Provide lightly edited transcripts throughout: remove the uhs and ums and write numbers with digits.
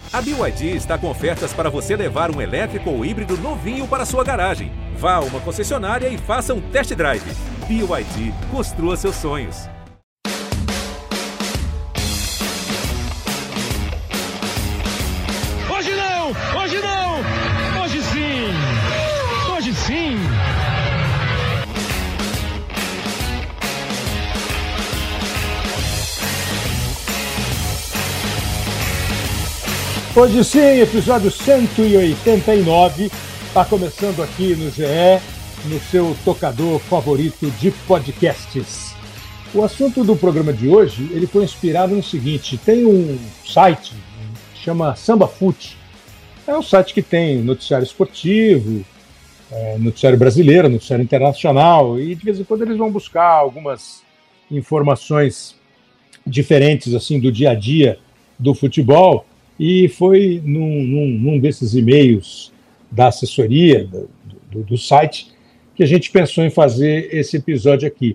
A BYD está com ofertas para você levar um elétrico ou híbrido novinho para sua garagem. Vá a uma concessionária e faça um test drive. BYD, construa seus sonhos. Hoje não! Hoje não! Hoje sim! Hoje sim! Hoje sim, episódio 189, está começando aqui no GE, no seu tocador favorito de podcasts. O assunto do programa de hoje, ele foi inspirado no seguinte: tem um site que chama Samba Fute. É um site que tem noticiário esportivo, noticiário brasileiro, noticiário internacional, e de vez em quando eles vão buscar algumas informações diferentes assim do dia a dia do futebol. E foi num desses e-mails da assessoria do site que a gente pensou em fazer esse episódio aqui.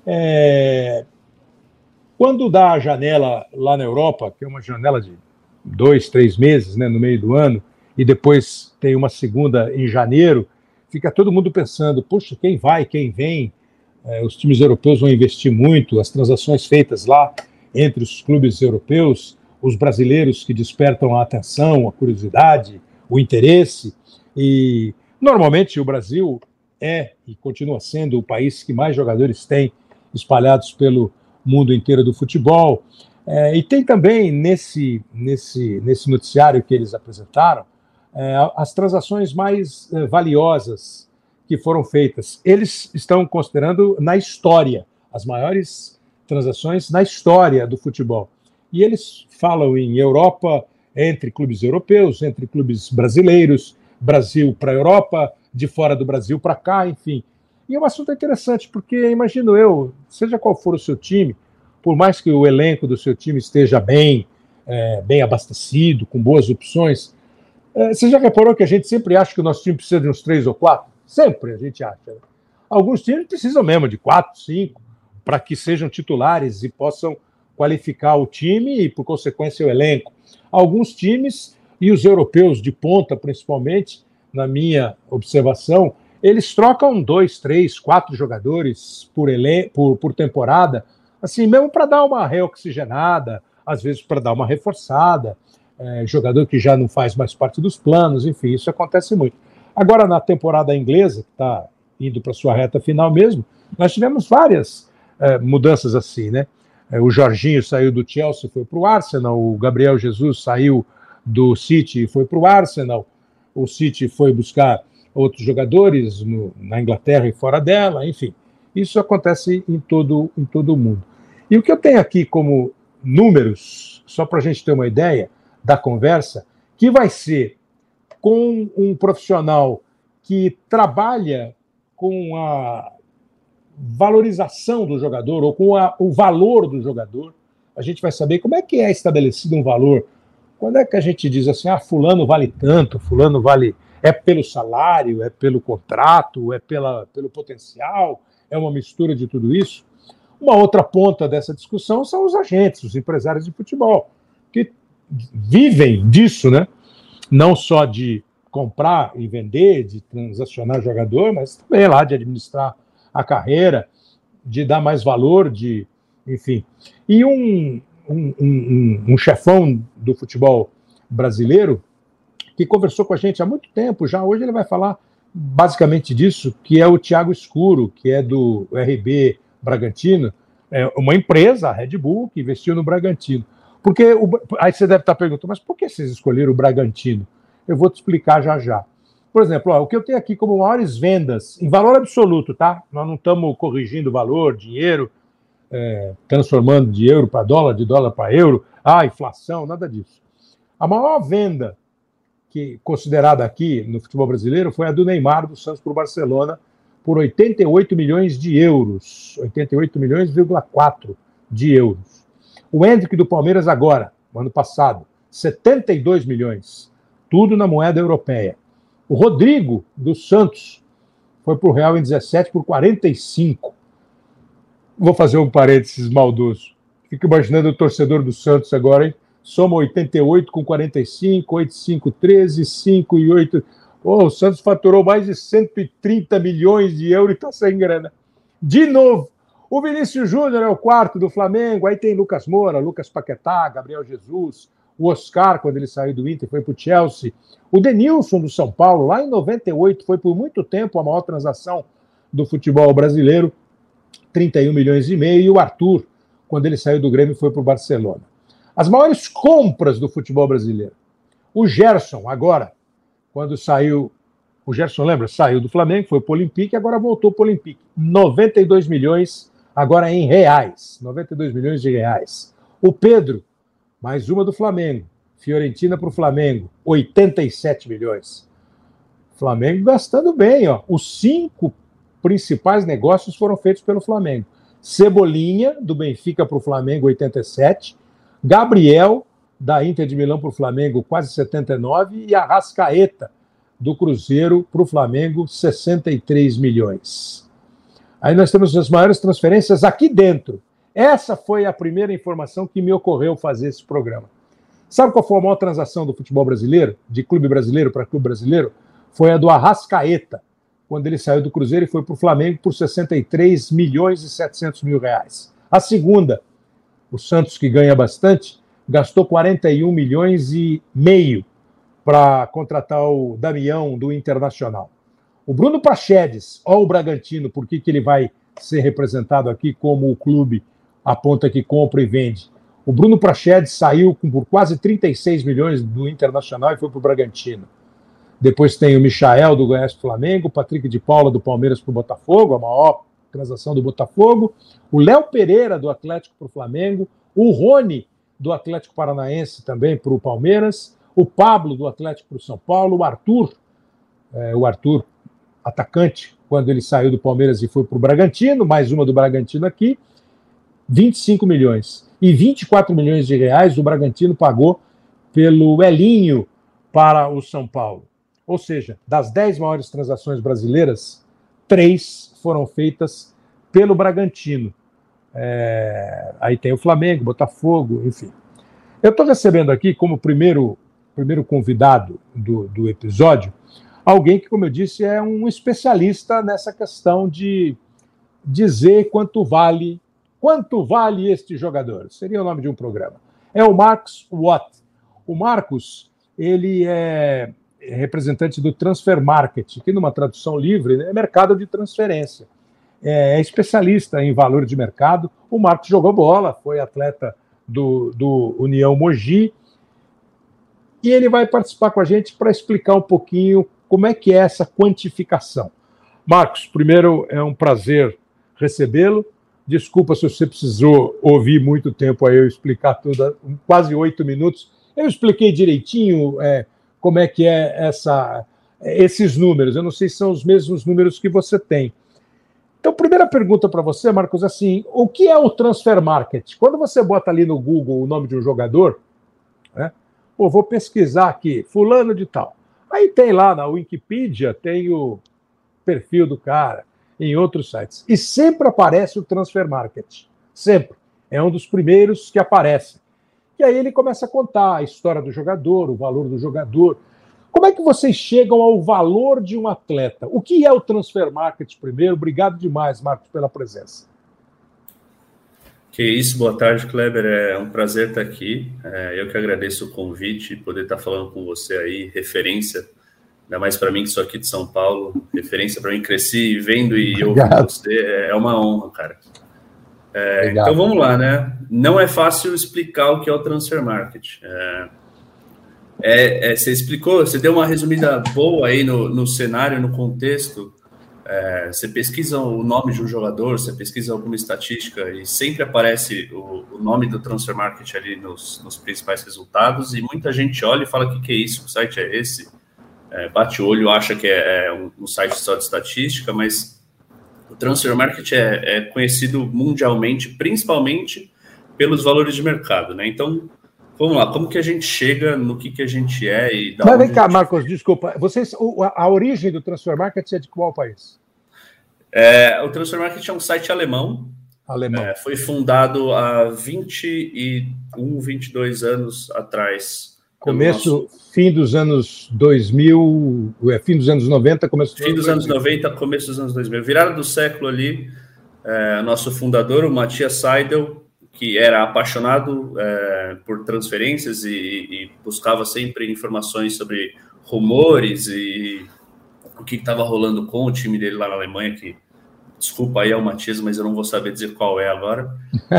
Quando dá a janela lá na Europa, que é uma janela de 2, 3 meses, né, no meio do ano, e depois tem uma segunda em janeiro, fica todo mundo pensando, poxa, quem vai, quem vem? Os times europeus vão investir muito, as transações feitas lá entre os clubes europeus, os brasileiros que despertam a atenção, a curiosidade, o interesse. E normalmente o Brasil é e continua sendo o país que mais jogadores tem espalhados pelo mundo inteiro do futebol. E tem também nesse noticiário que eles apresentaram as transações mais valiosas que foram feitas. Eles estão considerando na história, as maiores transações na história do futebol. E eles falam em Europa, entre clubes europeus, entre clubes brasileiros, Brasil para a Europa, de fora do Brasil para cá, enfim. E é um assunto interessante, porque imagino eu, seja qual for o seu time, por mais que o elenco do seu time esteja bem abastecido, com boas opções, você já reparou que a gente sempre acha que o nosso time precisa de uns 3 ou 4? Sempre a gente acha. Né? Alguns times precisam mesmo de 4, 5, para que sejam titulares e possam qualificar o time e, por consequência, o elenco. Alguns times, e os europeus de ponta, principalmente, na minha observação, eles trocam 2, 3, 4 jogadores por temporada, assim, mesmo para dar uma reoxigenada, às vezes para dar uma reforçada, jogador que já não faz mais parte dos planos, enfim, isso acontece muito. Agora, na temporada inglesa, que está indo para sua reta final mesmo, nós tivemos várias mudanças assim, né? O Jorginho saiu do Chelsea e foi para o Arsenal, o Gabriel Jesus saiu do City e foi para o Arsenal, o City foi buscar outros jogadores na Inglaterra e fora dela, enfim. Isso acontece em todo o mundo. E o que eu tenho aqui como números, só para a gente ter uma ideia da conversa, que vai ser com um profissional que trabalha com a valorização do jogador ou com o valor do jogador, a gente vai saber como é que é estabelecido um valor. Quando é que a gente diz assim, fulano vale tanto, fulano vale... É pelo salário, é pelo contrato, é pelo potencial, é uma mistura de tudo isso. Uma outra ponta dessa discussão são os agentes, os empresários de futebol, que vivem disso, né? Não só de comprar e vender, de transacionar jogador, mas também lá de administrar a carreira, de dar mais valor, enfim. E um chefão do futebol brasileiro que conversou com a gente há muito tempo já, hoje ele vai falar basicamente disso, que é o Thiago Escuro, que é do RB Bragantino, uma empresa, a Red Bull, que investiu no Bragantino. Porque aí você deve estar perguntando, mas por que vocês escolheram o Bragantino? Eu vou te explicar já já. Por exemplo, o que eu tenho aqui como maiores vendas, em valor absoluto, tá? Nós não estamos corrigindo o valor, dinheiro, transformando de euro para dólar, de dólar para euro, inflação, nada disso. A maior venda considerada aqui no futebol brasileiro foi a do Neymar, do Santos para o Barcelona, por 88 milhões de euros. 88 milhões,4 de euros. O Endrick do Palmeiras agora, no ano passado, 72 milhões. Tudo na moeda europeia. O Rodrigo, do Santos, foi para o Real em 17 por 45. Vou fazer um parênteses maldoso. Fico imaginando o torcedor do Santos agora, hein? soma 88 com 45, 85, 13, 5 e 8. Pô, o Santos faturou mais de 130 milhões de euros e está sem grana. De novo, o Vinícius Júnior é o quarto do Flamengo, aí tem Lucas Moura, Lucas Paquetá, Gabriel Jesus, o Oscar, quando ele saiu do Inter, foi para o Chelsea. O Denilson, do São Paulo, lá em 98, foi por muito tempo a maior transação do futebol brasileiro, 31 milhões e meio, e o Arthur, quando ele saiu do Grêmio, foi para o Barcelona. As maiores compras do futebol brasileiro. O Gerson, agora, quando saiu... O Gerson, lembra? Saiu do Flamengo, foi para o Olympique, agora voltou para o Olympique. 92 milhões, agora em reais. 92 milhões de reais. O Pedro, mais uma do Flamengo. Fiorentina para o Flamengo, 87 milhões. Flamengo gastando bem, ó. Os 5 principais negócios foram feitos pelo Flamengo. Cebolinha, do Benfica para o Flamengo, 87. Gabriel, da Inter de Milão para o Flamengo, quase 79. E Arrascaeta, do Cruzeiro para o Flamengo, 63 milhões. Aí nós temos as maiores transferências aqui dentro. Essa foi a primeira informação que me ocorreu fazer esse programa. Sabe qual foi a maior transação do futebol brasileiro, de clube brasileiro para clube brasileiro? Foi a do Arrascaeta, quando ele saiu do Cruzeiro e foi para o Flamengo por 63 milhões e 700 mil reais. A segunda, o Santos, que ganha bastante, gastou 41 milhões e meio para contratar o Damião do Internacional. O Bruno Praxedes, ó o Bragantino, por que ele vai ser representado aqui como o clube aponta que compra e vende. O Bruno Praxedes saiu por quase 36 milhões do Internacional e foi para o Bragantino. Depois tem o Michael, do Goiás para o Flamengo, o Patrick de Paula, do Palmeiras para o Botafogo, a maior transação do Botafogo, o Léo Pereira, do Atlético para o Flamengo, o Rony, do Atlético Paranaense também para o Palmeiras, o Pablo, do Atlético para o São Paulo, o Arthur, atacante, quando ele saiu do Palmeiras e foi para o Bragantino, mais uma do Bragantino aqui, 25 milhões. E 24 milhões de reais o Bragantino pagou pelo Elinho para o São Paulo. Ou seja, das 10 maiores transações brasileiras, 3 foram feitas pelo Bragantino. Aí tem o Flamengo, Botafogo, enfim. Eu estou recebendo aqui, como primeiro convidado do episódio, alguém que, como eu disse, é um especialista nessa questão de dizer quanto vale este jogador. Seria o nome de um programa. É o Marcos Watt. O Marcos, ele é representante do Transfer Market, que numa tradução livre é mercado de transferência. É especialista em valor de mercado. O Marcos jogou bola, foi atleta do União Mogi, e ele vai participar com a gente para explicar um pouquinho como é que é essa quantificação. Marcos, primeiro é um prazer recebê-lo. Desculpa se você precisou ouvir muito tempo aí eu explicar tudo, quase 8 minutos. Eu expliquei direitinho como é que é esses números. Eu não sei se são os mesmos números que você tem. Então, primeira pergunta para você, Marcos, assim, o que é o Transfer Market? Quando você bota ali no Google o nome de um jogador, né? Vou pesquisar aqui, fulano de tal. Aí tem lá na Wikipedia, tem o perfil do cara, em outros sites. E sempre aparece o Transfer Market. Sempre. É um dos primeiros que aparece. E aí ele começa a contar a história do jogador, o valor do jogador. Como é que vocês chegam ao valor de um atleta? O que é o Transfer Market primeiro? Obrigado demais, Marcos, pela presença. Que isso, boa tarde, Kleber. É um prazer estar aqui. Eu que agradeço o convite, poder estar falando com você aí, referência, ainda mais para mim que sou aqui de São Paulo, referência para mim, cresci vendo e ouvindo você, é uma honra, cara. Então vamos lá, né? Não é fácil explicar o que é o Transfer Market. Você explicou, você deu uma resumida boa aí no cenário, no contexto. Você pesquisa o nome de um jogador, você pesquisa alguma estatística e sempre aparece o nome do Transfer Market ali nos principais resultados, e muita gente olha e fala, que é isso? O site é esse? Bate o olho, acha que é um site só de estatística, mas o Transfer Market é conhecido mundialmente, principalmente pelos valores de mercado, né? Então, vamos lá, como que a gente chega no que a gente é e... Mas vem cá, Marcos, desculpa, a origem do Transfer Market é de qual país? O Transfer Market é um site alemão, alemão. Foi fundado há 21, 22 anos atrás. Fim dos anos 2000, fim dos anos 90, fim dos anos 90, começo dos anos 2000. Virada do século ali, nosso fundador, o Matthias Seidel, que era apaixonado por transferências e buscava sempre informações sobre rumores e o que estava rolando com o time dele lá na Alemanha, que, desculpa aí ao Matias, mas eu não vou saber dizer qual é agora,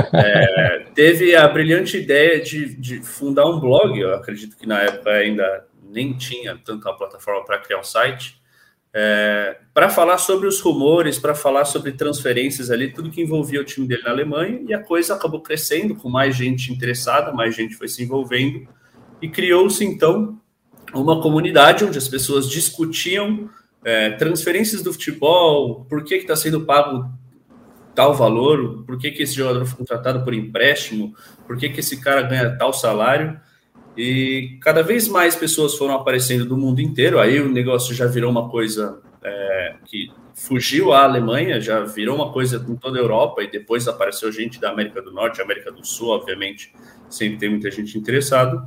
teve a brilhante ideia de fundar um blog. Eu acredito que na época ainda nem tinha tanta plataforma para criar um site, para falar sobre os rumores, para falar sobre transferências ali, tudo que envolvia o time dele na Alemanha, e a coisa acabou crescendo, com mais gente interessada, mais gente foi se envolvendo, e criou-se então uma comunidade onde as pessoas discutiam transferências do futebol, por que está sendo pago tal valor, por que esse jogador foi contratado por empréstimo, por que esse cara ganha tal salário, e cada vez mais pessoas foram aparecendo do mundo inteiro. Aí o negócio já virou uma coisa que fugiu à Alemanha, já virou uma coisa em toda a Europa, e depois apareceu gente da América do Norte, América do Sul, obviamente, sempre tem muita gente interessada.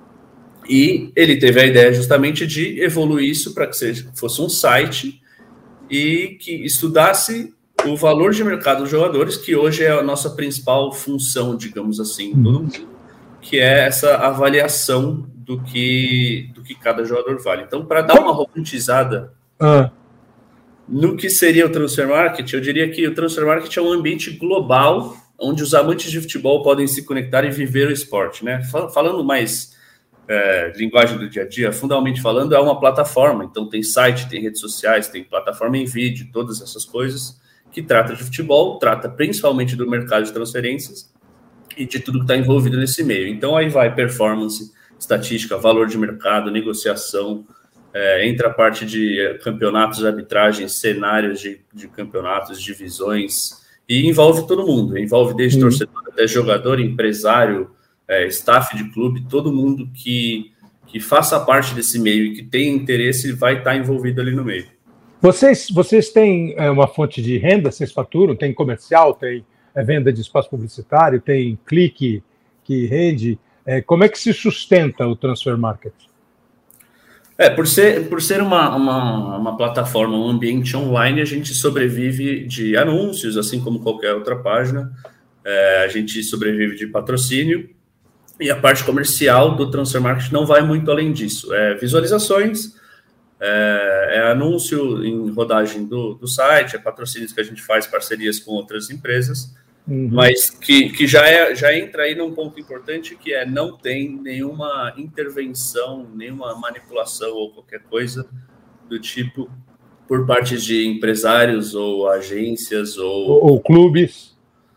E ele teve a ideia justamente de evoluir isso para que fosse um site e que estudasse o valor de mercado dos jogadores, que hoje é a nossa principal função, digamos assim, todo mundo, que é essa avaliação do que cada jogador vale. Então, para dar uma romantizada no que seria o Transfer Market, eu diria que o Transfer Market é um ambiente global onde os amantes de futebol podem se conectar e viver o esporte, né? Falando mais linguagem do dia a dia, fundamentalmente falando, é uma plataforma. Então tem site, tem redes sociais, tem plataforma em vídeo, todas essas coisas que trata de futebol, trata principalmente do mercado de transferências e de tudo que está envolvido nesse meio. Então aí vai performance, estatística, valor de mercado, negociação, entra a parte de campeonatos de arbitragem, cenários de campeonatos, divisões, e envolve todo mundo, envolve desde torcedor até jogador, empresário, staff de clube, todo mundo que faça parte desse meio e que tem interesse vai estar envolvido ali no meio. Vocês têm uma fonte de renda, vocês faturam? Tem comercial, tem venda de espaço publicitário, tem clique que rende? Como é que se sustenta o Transfer Market? Por ser uma plataforma, um ambiente online, a gente sobrevive de anúncios, assim como qualquer outra página. A gente sobrevive de patrocínio. E a parte comercial do Transfer Market não vai muito além disso. Visualizações, anúncio em rodagem do site, patrocínios que a gente faz, parcerias com outras empresas, mas que já entra aí num ponto importante, que não tem nenhuma intervenção, nenhuma manipulação ou qualquer coisa do tipo por parte de empresários ou agências ou clubes.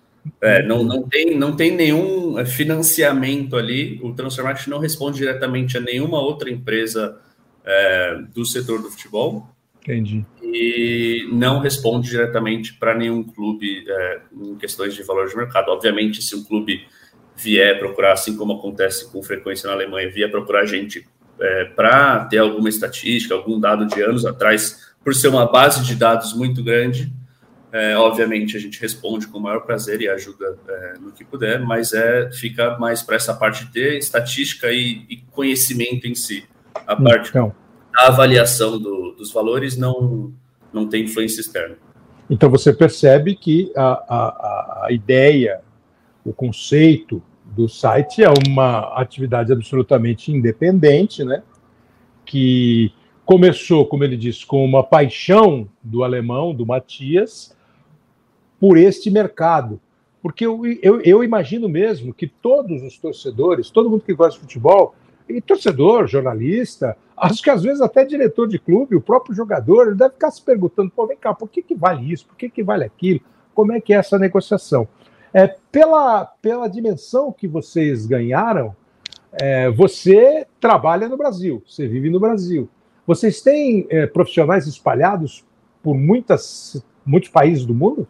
Não tem nenhum financiamento ali. O Transfer Market não responde diretamente a nenhuma outra empresa do setor do futebol. Entendi. E não responde diretamente para nenhum clube em questões de valor de mercado. Obviamente, se um clube vier procurar, assim como acontece com frequência na Alemanha, vier procurar a gente para ter alguma estatística, algum dado de anos atrás, por ser uma base de dados muito grande, obviamente a gente responde com o maior prazer e ajuda no que puder, mas fica mais para essa parte de estatística e conhecimento em si. A parte da avaliação dos valores não tem influência externa. Então você percebe que a ideia, o conceito do site é uma atividade absolutamente independente, né? Que começou, como ele disse, com uma paixão do alemão, do Matthias, por este mercado. Porque eu imagino mesmo que todos os torcedores, todo mundo que gosta de futebol, e torcedor, jornalista, acho que às vezes até diretor de clube, o próprio jogador, ele deve ficar se perguntando, vem cá, por que vale isso? Por que vale aquilo? Como é que é essa negociação? Pela dimensão que vocês ganharam, você trabalha no Brasil, você vive no Brasil. Vocês têm profissionais espalhados por muitos países do mundo?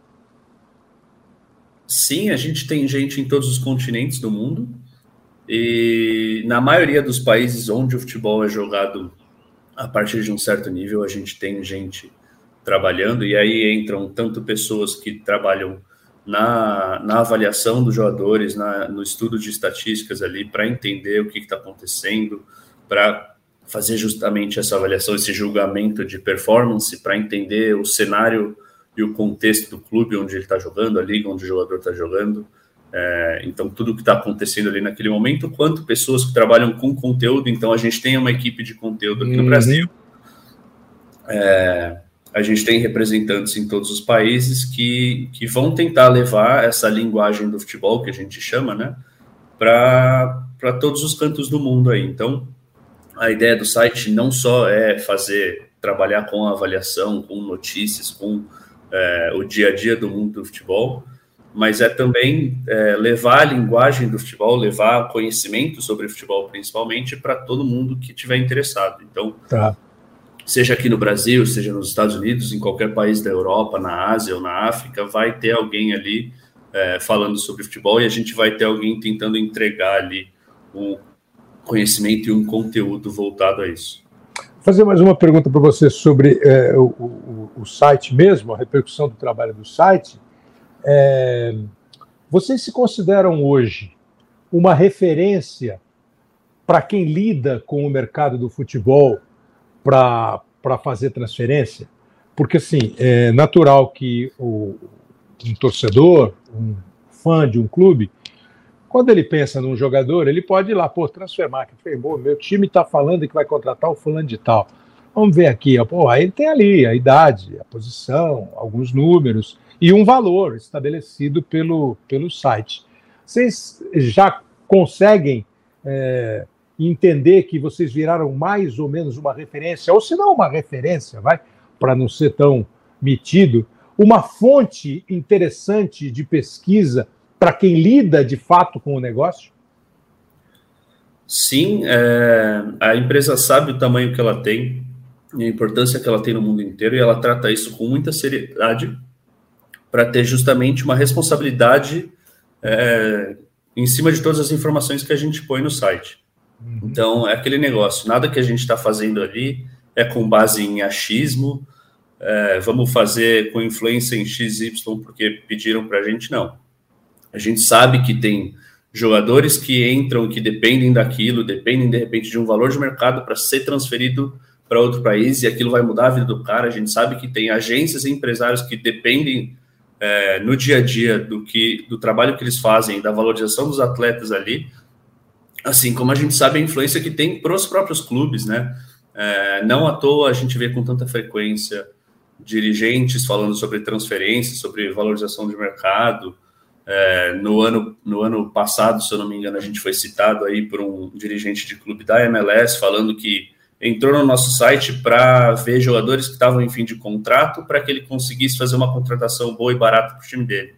Sim, a gente tem gente em todos os continentes do mundo. E na maioria dos países onde o futebol é jogado a partir de um certo nível, a gente tem gente trabalhando, e aí entram tanto pessoas que trabalham na avaliação dos jogadores, no estudo de estatísticas ali, para entender o que está acontecendo, para fazer justamente essa avaliação, esse julgamento de performance, para entender o cenário e o contexto do clube onde ele está jogando, a liga onde o jogador está jogando. Então, tudo o que está acontecendo ali naquele momento, quanto pessoas que trabalham com conteúdo. Então, a gente tem uma equipe de conteúdo aqui no Brasil. A gente tem representantes em todos os países que vão tentar levar essa linguagem do futebol, que a gente chama, né, para todos os cantos do mundo aí. Então, a ideia do site não só é trabalhar com a avaliação, com notícias, com o dia a dia do mundo do futebol, mas é também levar a linguagem do futebol, levar conhecimento sobre futebol, principalmente, para todo mundo que estiver interessado. Então, seja aqui no Brasil, seja nos Estados Unidos, em qualquer país da Europa, na Ásia ou na África, vai ter alguém ali falando sobre futebol, e a gente vai ter alguém tentando entregar ali um conhecimento e um conteúdo voltado a isso. Vou fazer mais uma pergunta para você sobre o site mesmo, a repercussão do trabalho do site. Vocês se consideram hoje uma referência para quem lida com o mercado do futebol para fazer transferência? Porque, assim, é natural que um torcedor, um fã de um clube, quando ele pensa num jogador, ele pode ir lá, Transfermarkt, meu time está falando que vai contratar o fulano de tal. Vamos ver aqui, aí tem ali a idade, a posição, alguns números e um valor estabelecido pelo site. Vocês já conseguem entender que vocês viraram mais ou menos uma referência, ou se não uma referência, para não ser tão metido, uma fonte interessante de pesquisa para quem lida de fato com o negócio? Sim, a empresa sabe o tamanho que ela tem e a importância que ela tem no mundo inteiro, e ela trata isso com muita seriedade para ter justamente uma responsabilidade em cima de todas as informações que a gente põe no site. Então, é aquele negócio, nada que a gente está fazendo ali é com base em achismo, vamos fazer com influência em XY porque pediram para a gente, não. A gente sabe que tem jogadores que entram, que dependem daquilo, dependem de repente de um valor de mercado para ser transferido para outro país, e aquilo vai mudar a vida do cara. A gente sabe que tem agências e empresários que dependem no dia a dia do trabalho que eles fazem, da valorização dos atletas ali, assim como a gente sabe a influência que tem para os próprios clubes, né? Não à toa a gente vê com tanta frequência dirigentes falando sobre transferência, sobre valorização de mercado. No ano passado, se eu não me engano, a gente foi citado aí por um dirigente de clube da MLS falando que entrou no nosso site para ver jogadores que estavam em fim de contrato, para que ele conseguisse fazer uma contratação boa e barata para o time dele.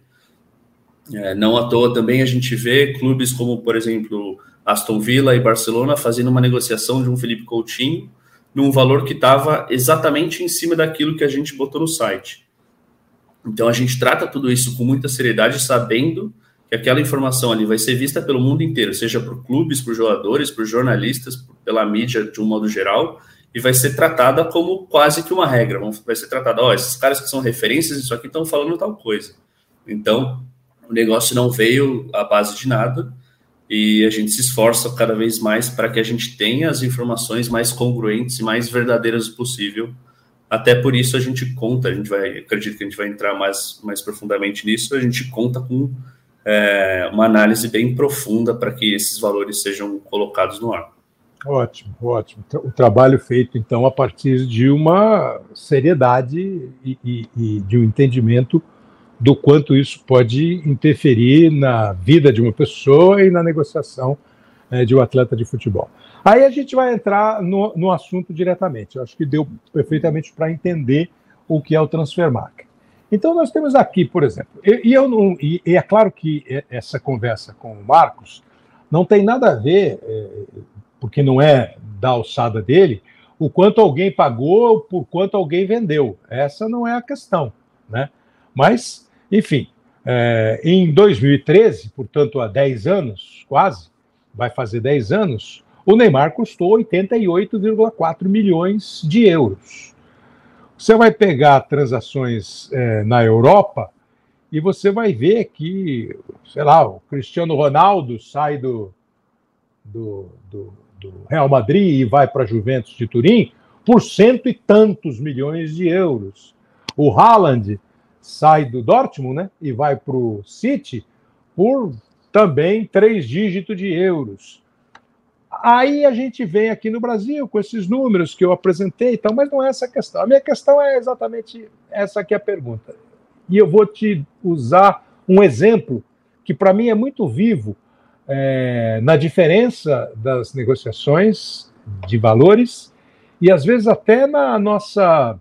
Não à toa também a gente vê clubes como, por exemplo, Aston Villa e Barcelona fazendo uma negociação de um Felipe Coutinho num valor que estava exatamente em cima daquilo que a gente botou no site. Então a gente trata tudo isso com muita seriedade, sabendo que aquela informação ali vai ser vista pelo mundo inteiro, seja por clubes, por jogadores, por jornalistas, pela mídia de um modo geral, e vai ser tratada como quase que uma regra. Vai ser tratada, esses caras que são referências, isso aqui estão falando tal coisa. Então, o negócio não veio à base de nada, e a gente se esforça cada vez mais para que a gente tenha as informações mais congruentes e mais verdadeiras possível. Até por isso a gente conta, acredito que a gente vai entrar mais profundamente nisso, a gente conta com uma análise bem profunda para que esses valores sejam colocados no ar. Ótimo, ótimo. O trabalho feito, então, a partir de uma seriedade e de um entendimento do quanto isso pode interferir na vida de uma pessoa e na negociação de um atleta de futebol. Aí a gente vai entrar no assunto diretamente. Eu acho que deu perfeitamente para entender o que é o Transfermarkt. Então nós temos aqui, por exemplo, e é claro que essa conversa com o Marcos não tem nada a ver, porque não é da alçada dele, o quanto alguém pagou, por quanto alguém vendeu. Essa não é a questão, né? Mas, enfim, em 2013, portanto há 10 anos, quase, vai fazer 10 anos, o Neymar custou 88,4 milhões de euros. Você vai pegar transações na Europa e você vai ver que, sei lá, o Cristiano Ronaldo sai do Real Madrid e vai para a Juventus de Turim por 100 e tantos milhões de euros. O Haaland sai do Dortmund, né, e vai para o City por também 3 dígitos de euros. Aí a gente vem aqui no Brasil com esses números que eu apresentei, então, mas não é essa a questão. A minha questão é exatamente essa que é a pergunta. E eu vou te usar um exemplo que para mim é muito vivo na diferença das negociações de valores e às vezes até na nossa...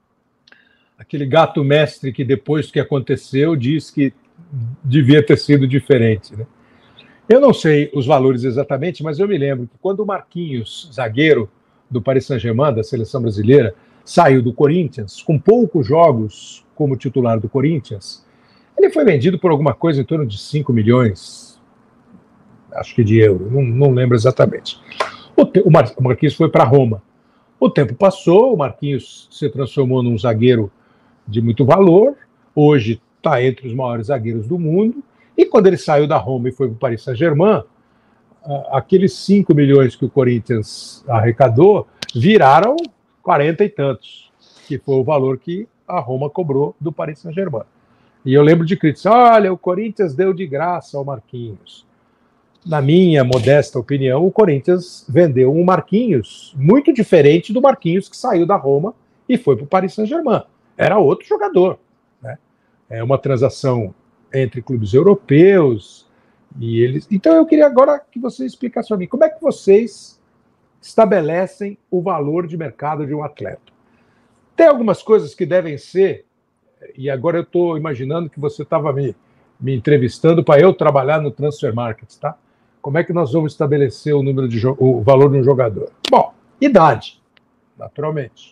aquele gato mestre que depois que aconteceu diz que devia ter sido diferente, né? Eu não sei os valores exatamente, mas eu me lembro que quando o Marquinhos, zagueiro do Paris Saint-Germain, da seleção brasileira, saiu do Corinthians, com poucos jogos como titular do Corinthians, ele foi vendido por alguma coisa em torno de 5 milhões, acho que de euro, não lembro exatamente. O Marquinhos foi para Roma. O tempo passou, o Marquinhos se transformou num zagueiro de muito valor, hoje está entre os maiores zagueiros do mundo, e quando ele saiu da Roma e foi para o Paris Saint-Germain, aqueles 5 milhões que o Corinthians arrecadou viraram 40 e tantos, que foi o valor que a Roma cobrou do Paris Saint-Germain. E eu lembro de críticas, olha, o Corinthians deu de graça ao Marquinhos. Na minha modesta opinião, o Corinthians vendeu um Marquinhos muito diferente do Marquinhos que saiu da Roma e foi para o Paris Saint-Germain. Era outro jogador, né? É uma transação entre clubes europeus e eles... Então eu queria agora que você explicasse para mim como é que vocês estabelecem o valor de mercado de um atleta. Tem algumas coisas que devem ser, e agora eu estou imaginando que você estava me entrevistando para eu trabalhar no Transfer Market, tá? Como é que nós vamos estabelecer o valor de um jogador? Bom, idade, naturalmente.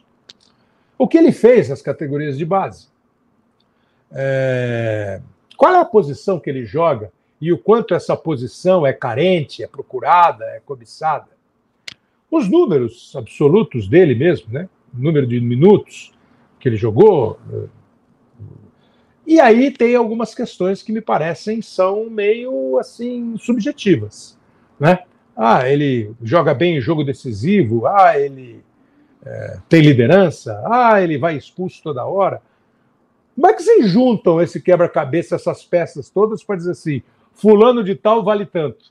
O que ele fez nas categorias de base? Qual é a posição que ele joga e o quanto essa posição é carente, é procurada, é cobiçada? Os números absolutos dele mesmo, né? O número de minutos que ele jogou. E aí tem algumas questões que me parecem são meio assim subjetivas, né? Ele joga bem em jogo decisivo, ele tem liderança, ele vai expulso toda hora. Como é que vocês juntam esse quebra-cabeça, essas peças todas, para dizer assim, fulano de tal vale tanto?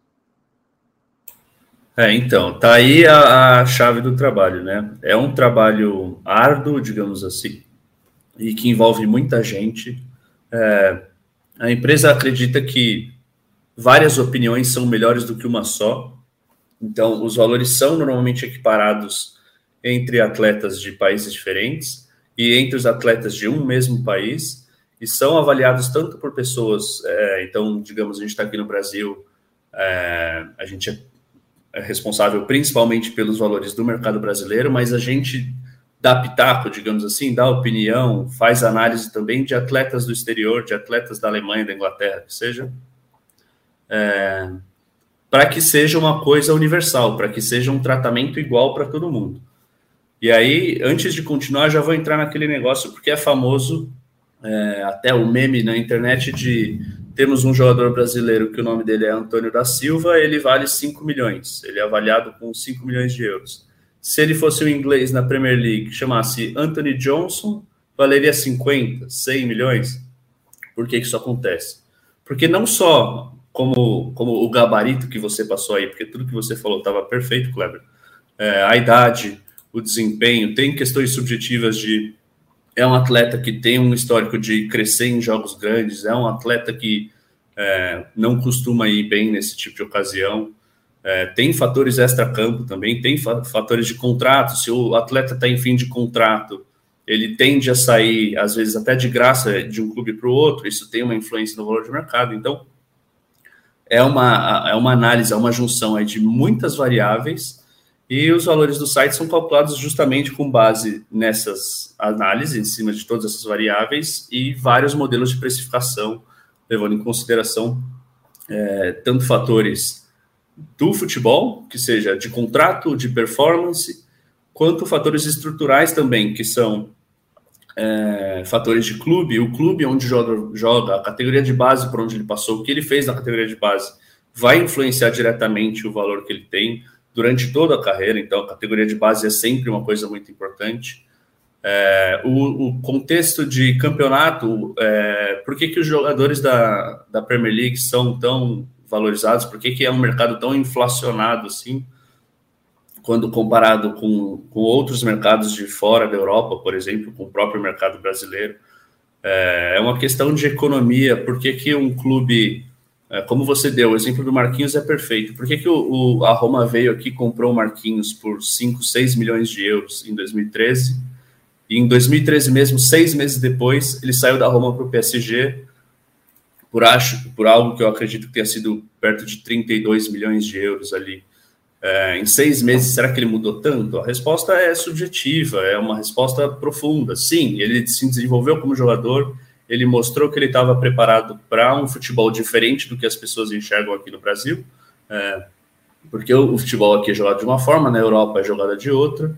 Então, tá aí a chave do trabalho, né? É um trabalho árduo, digamos assim, e que envolve muita gente. A empresa acredita que várias opiniões são melhores do que uma só. Então, os valores são normalmente equiparados entre atletas de países diferentes e entre os atletas de um mesmo país, e são avaliados tanto por pessoas... então, digamos, a gente está aqui no Brasil, a gente é responsável principalmente pelos valores do mercado brasileiro, mas a gente dá pitaco, digamos assim, dá opinião, faz análise também de atletas do exterior, de atletas da Alemanha, da Inglaterra, que seja, para que seja uma coisa universal, para que seja um tratamento igual para todo mundo. E aí, antes de continuar, já vou entrar naquele negócio, porque é famoso, até o meme na internet de temos um jogador brasileiro que o nome dele é Antônio da Silva, ele vale 5 milhões, ele é avaliado com 5 milhões de euros. Se ele fosse um inglês na Premier League, chamasse Anthony Johnson, valeria 50, 100 milhões. Por que isso acontece? Porque não só como o gabarito que você passou aí, porque tudo que você falou estava perfeito, Kleber, a idade, o desempenho, tem questões subjetivas de... É um atleta que tem um histórico de crescer em jogos grandes, é um atleta que não costuma ir bem nesse tipo de ocasião. Tem fatores extra-campo também, tem fatores de contrato. Se o atleta está em fim de contrato, ele tende a sair, às vezes até de graça, de um clube para o outro, isso tem uma influência no valor de mercado. Então, é uma análise, é uma junção aí de muitas variáveis, e os valores do site são calculados justamente com base nessas análises, em cima de todas essas variáveis, e vários modelos de precificação, levando em consideração tanto fatores do futebol, que seja de contrato, de performance, quanto fatores estruturais também, que são fatores de clube, o clube onde joga, a categoria de base por onde ele passou, o que ele fez na categoria de base, vai influenciar diretamente o valor que ele tem durante toda a carreira. Então, a categoria de base é sempre uma coisa muito importante. O contexto de campeonato, por que os jogadores da Premier League são tão valorizados, por que é um mercado tão inflacionado assim, quando comparado com outros mercados de fora da Europa, por exemplo, com o próprio mercado brasileiro. É uma questão de economia. Por que um clube, como você deu, o exemplo do Marquinhos é perfeito, por que a Roma veio aqui e comprou o Marquinhos por 5, 6 milhões de euros em 2013, e em 2013 mesmo, 6 meses depois, ele saiu da Roma para o PSG por algo que eu acredito que tenha sido perto de 32 milhões de euros ali. Em 6 meses, será que ele mudou tanto? A resposta é subjetiva, é uma resposta profunda. Sim, ele se desenvolveu como jogador, ele mostrou que ele estava preparado para um futebol diferente do que as pessoas enxergam aqui no Brasil, porque o futebol aqui é jogado de uma forma, na Europa é jogado de outra,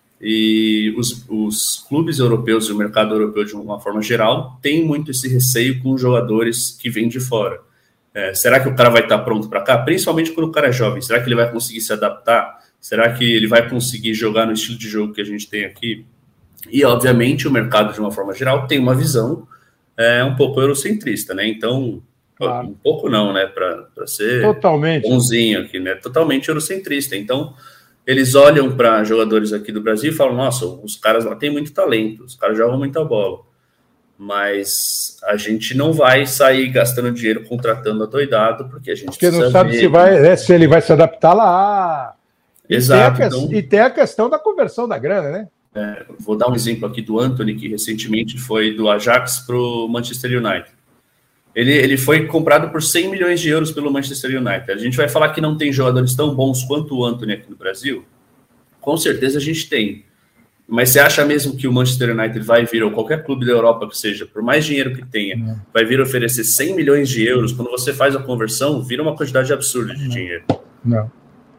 e os clubes europeus e o mercado europeu, de uma forma geral, tem muito esse receio com os jogadores que vêm de fora. Será que o cara vai estar pronto para cá? Principalmente quando o cara é jovem. Será que ele vai conseguir se adaptar? Será que ele vai conseguir jogar no estilo de jogo que a gente tem aqui? E, obviamente, o mercado, de uma forma geral, tem uma visão um pouco eurocentrista, né? Então, claro. Um pouco não, né? Para ser totalmente bonzinho aqui, né? Totalmente eurocentrista. Então, eles olham para jogadores aqui do Brasil e falam, nossa, os caras lá têm muito talento, os caras jogam muita bola. Mas a gente não vai sair gastando dinheiro contratando adoidado, porque a gente não sabe se ele vai se adaptar lá. Exato. E tem a questão da conversão da grana, né? Vou dar um exemplo aqui do Antony, que recentemente foi do Ajax para o Manchester United. Ele foi comprado por 100 milhões de euros pelo Manchester United. A gente vai falar que não tem jogadores tão bons quanto o Antony aqui no Brasil? Com certeza a gente tem. Mas você acha mesmo que o Manchester United vai vir, ou qualquer clube da Europa que seja, por mais dinheiro que tenha, vai vir oferecer 100 milhões de euros? Quando você faz a conversão, vira uma quantidade absurda de dinheiro. Não.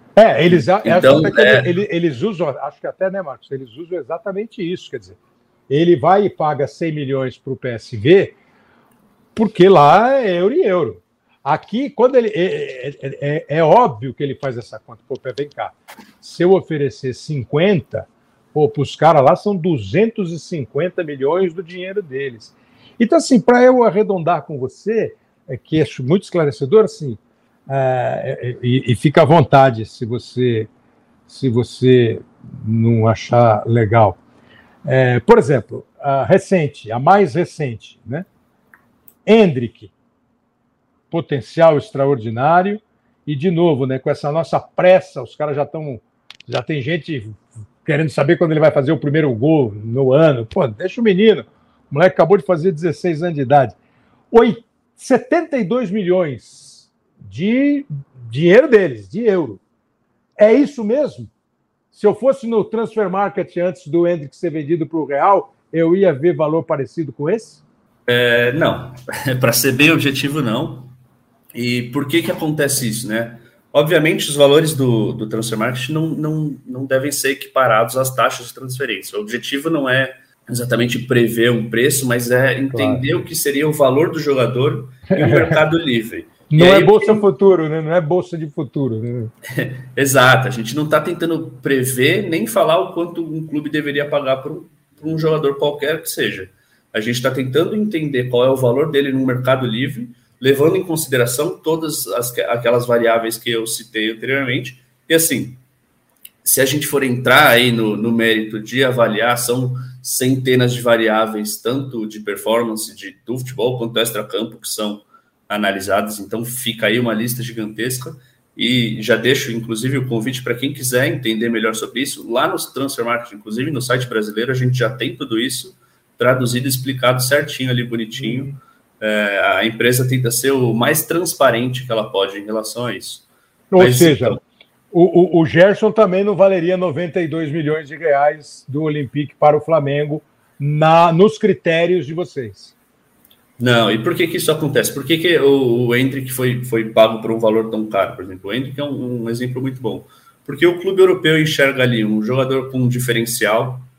Eles usam, acho que até, né, Marcos? Eles usam exatamente isso, quer dizer, ele vai e paga 100 milhões para o PSV, porque lá é euro e euro. Aqui, quando ele é óbvio que ele faz essa conta. Pô, vem cá, se eu oferecer 50... para os caras lá são 250 milhões do dinheiro deles. Então, assim, para eu arredondar com você, que é muito esclarecedor, assim, e fica à vontade se você não achar legal. Por exemplo, a mais recente, né? Endrick, potencial extraordinário, e de novo, né, com essa nossa pressa, os caras já tem gente querendo saber quando ele vai fazer o primeiro gol no ano. Pô, deixa o menino. O moleque acabou de fazer 16 anos de idade. 72 milhões de dinheiro deles, de euro. É isso mesmo? Se eu fosse no Transfer Market antes do Endrick ser vendido para o Real, eu ia ver valor parecido com esse? Não. Para ser bem objetivo, não. E por que acontece isso, né? Obviamente, os valores do Transfer Market não devem ser equiparados às taxas de transferência. O objetivo não é exatamente prever um preço, mas é entender o que seria o valor do jogador em um mercado livre. Não é bolsa futuro, né? Não é bolsa de futuro. Né? Exato. A gente não está tentando prever nem falar o quanto um clube deveria pagar para um jogador qualquer que seja. A gente está tentando entender qual é o valor dele no mercado livre, levando em consideração todas aquelas variáveis que eu citei anteriormente. E assim, se a gente for entrar aí no mérito de avaliar, são centenas de variáveis, tanto de performance do futebol quanto extra-campo, que são analisadas. Então fica aí uma lista gigantesca. E já deixo, inclusive, o convite para quem quiser entender melhor sobre isso. Lá no Transfer Market, inclusive no site brasileiro, a gente já tem tudo isso traduzido e explicado certinho ali, bonitinho. A empresa tenta ser o mais transparente que ela pode em relação a isso. Ou seja, então, o Gerson também não valeria 92 milhões de reais do Olympique para o Flamengo nos critérios de vocês. Não, e por que isso acontece? Por que o Endrick foi pago por um valor tão caro? Por exemplo, o Endrick é um exemplo muito bom. Porque o clube europeu enxerga ali um jogador com um diferencial,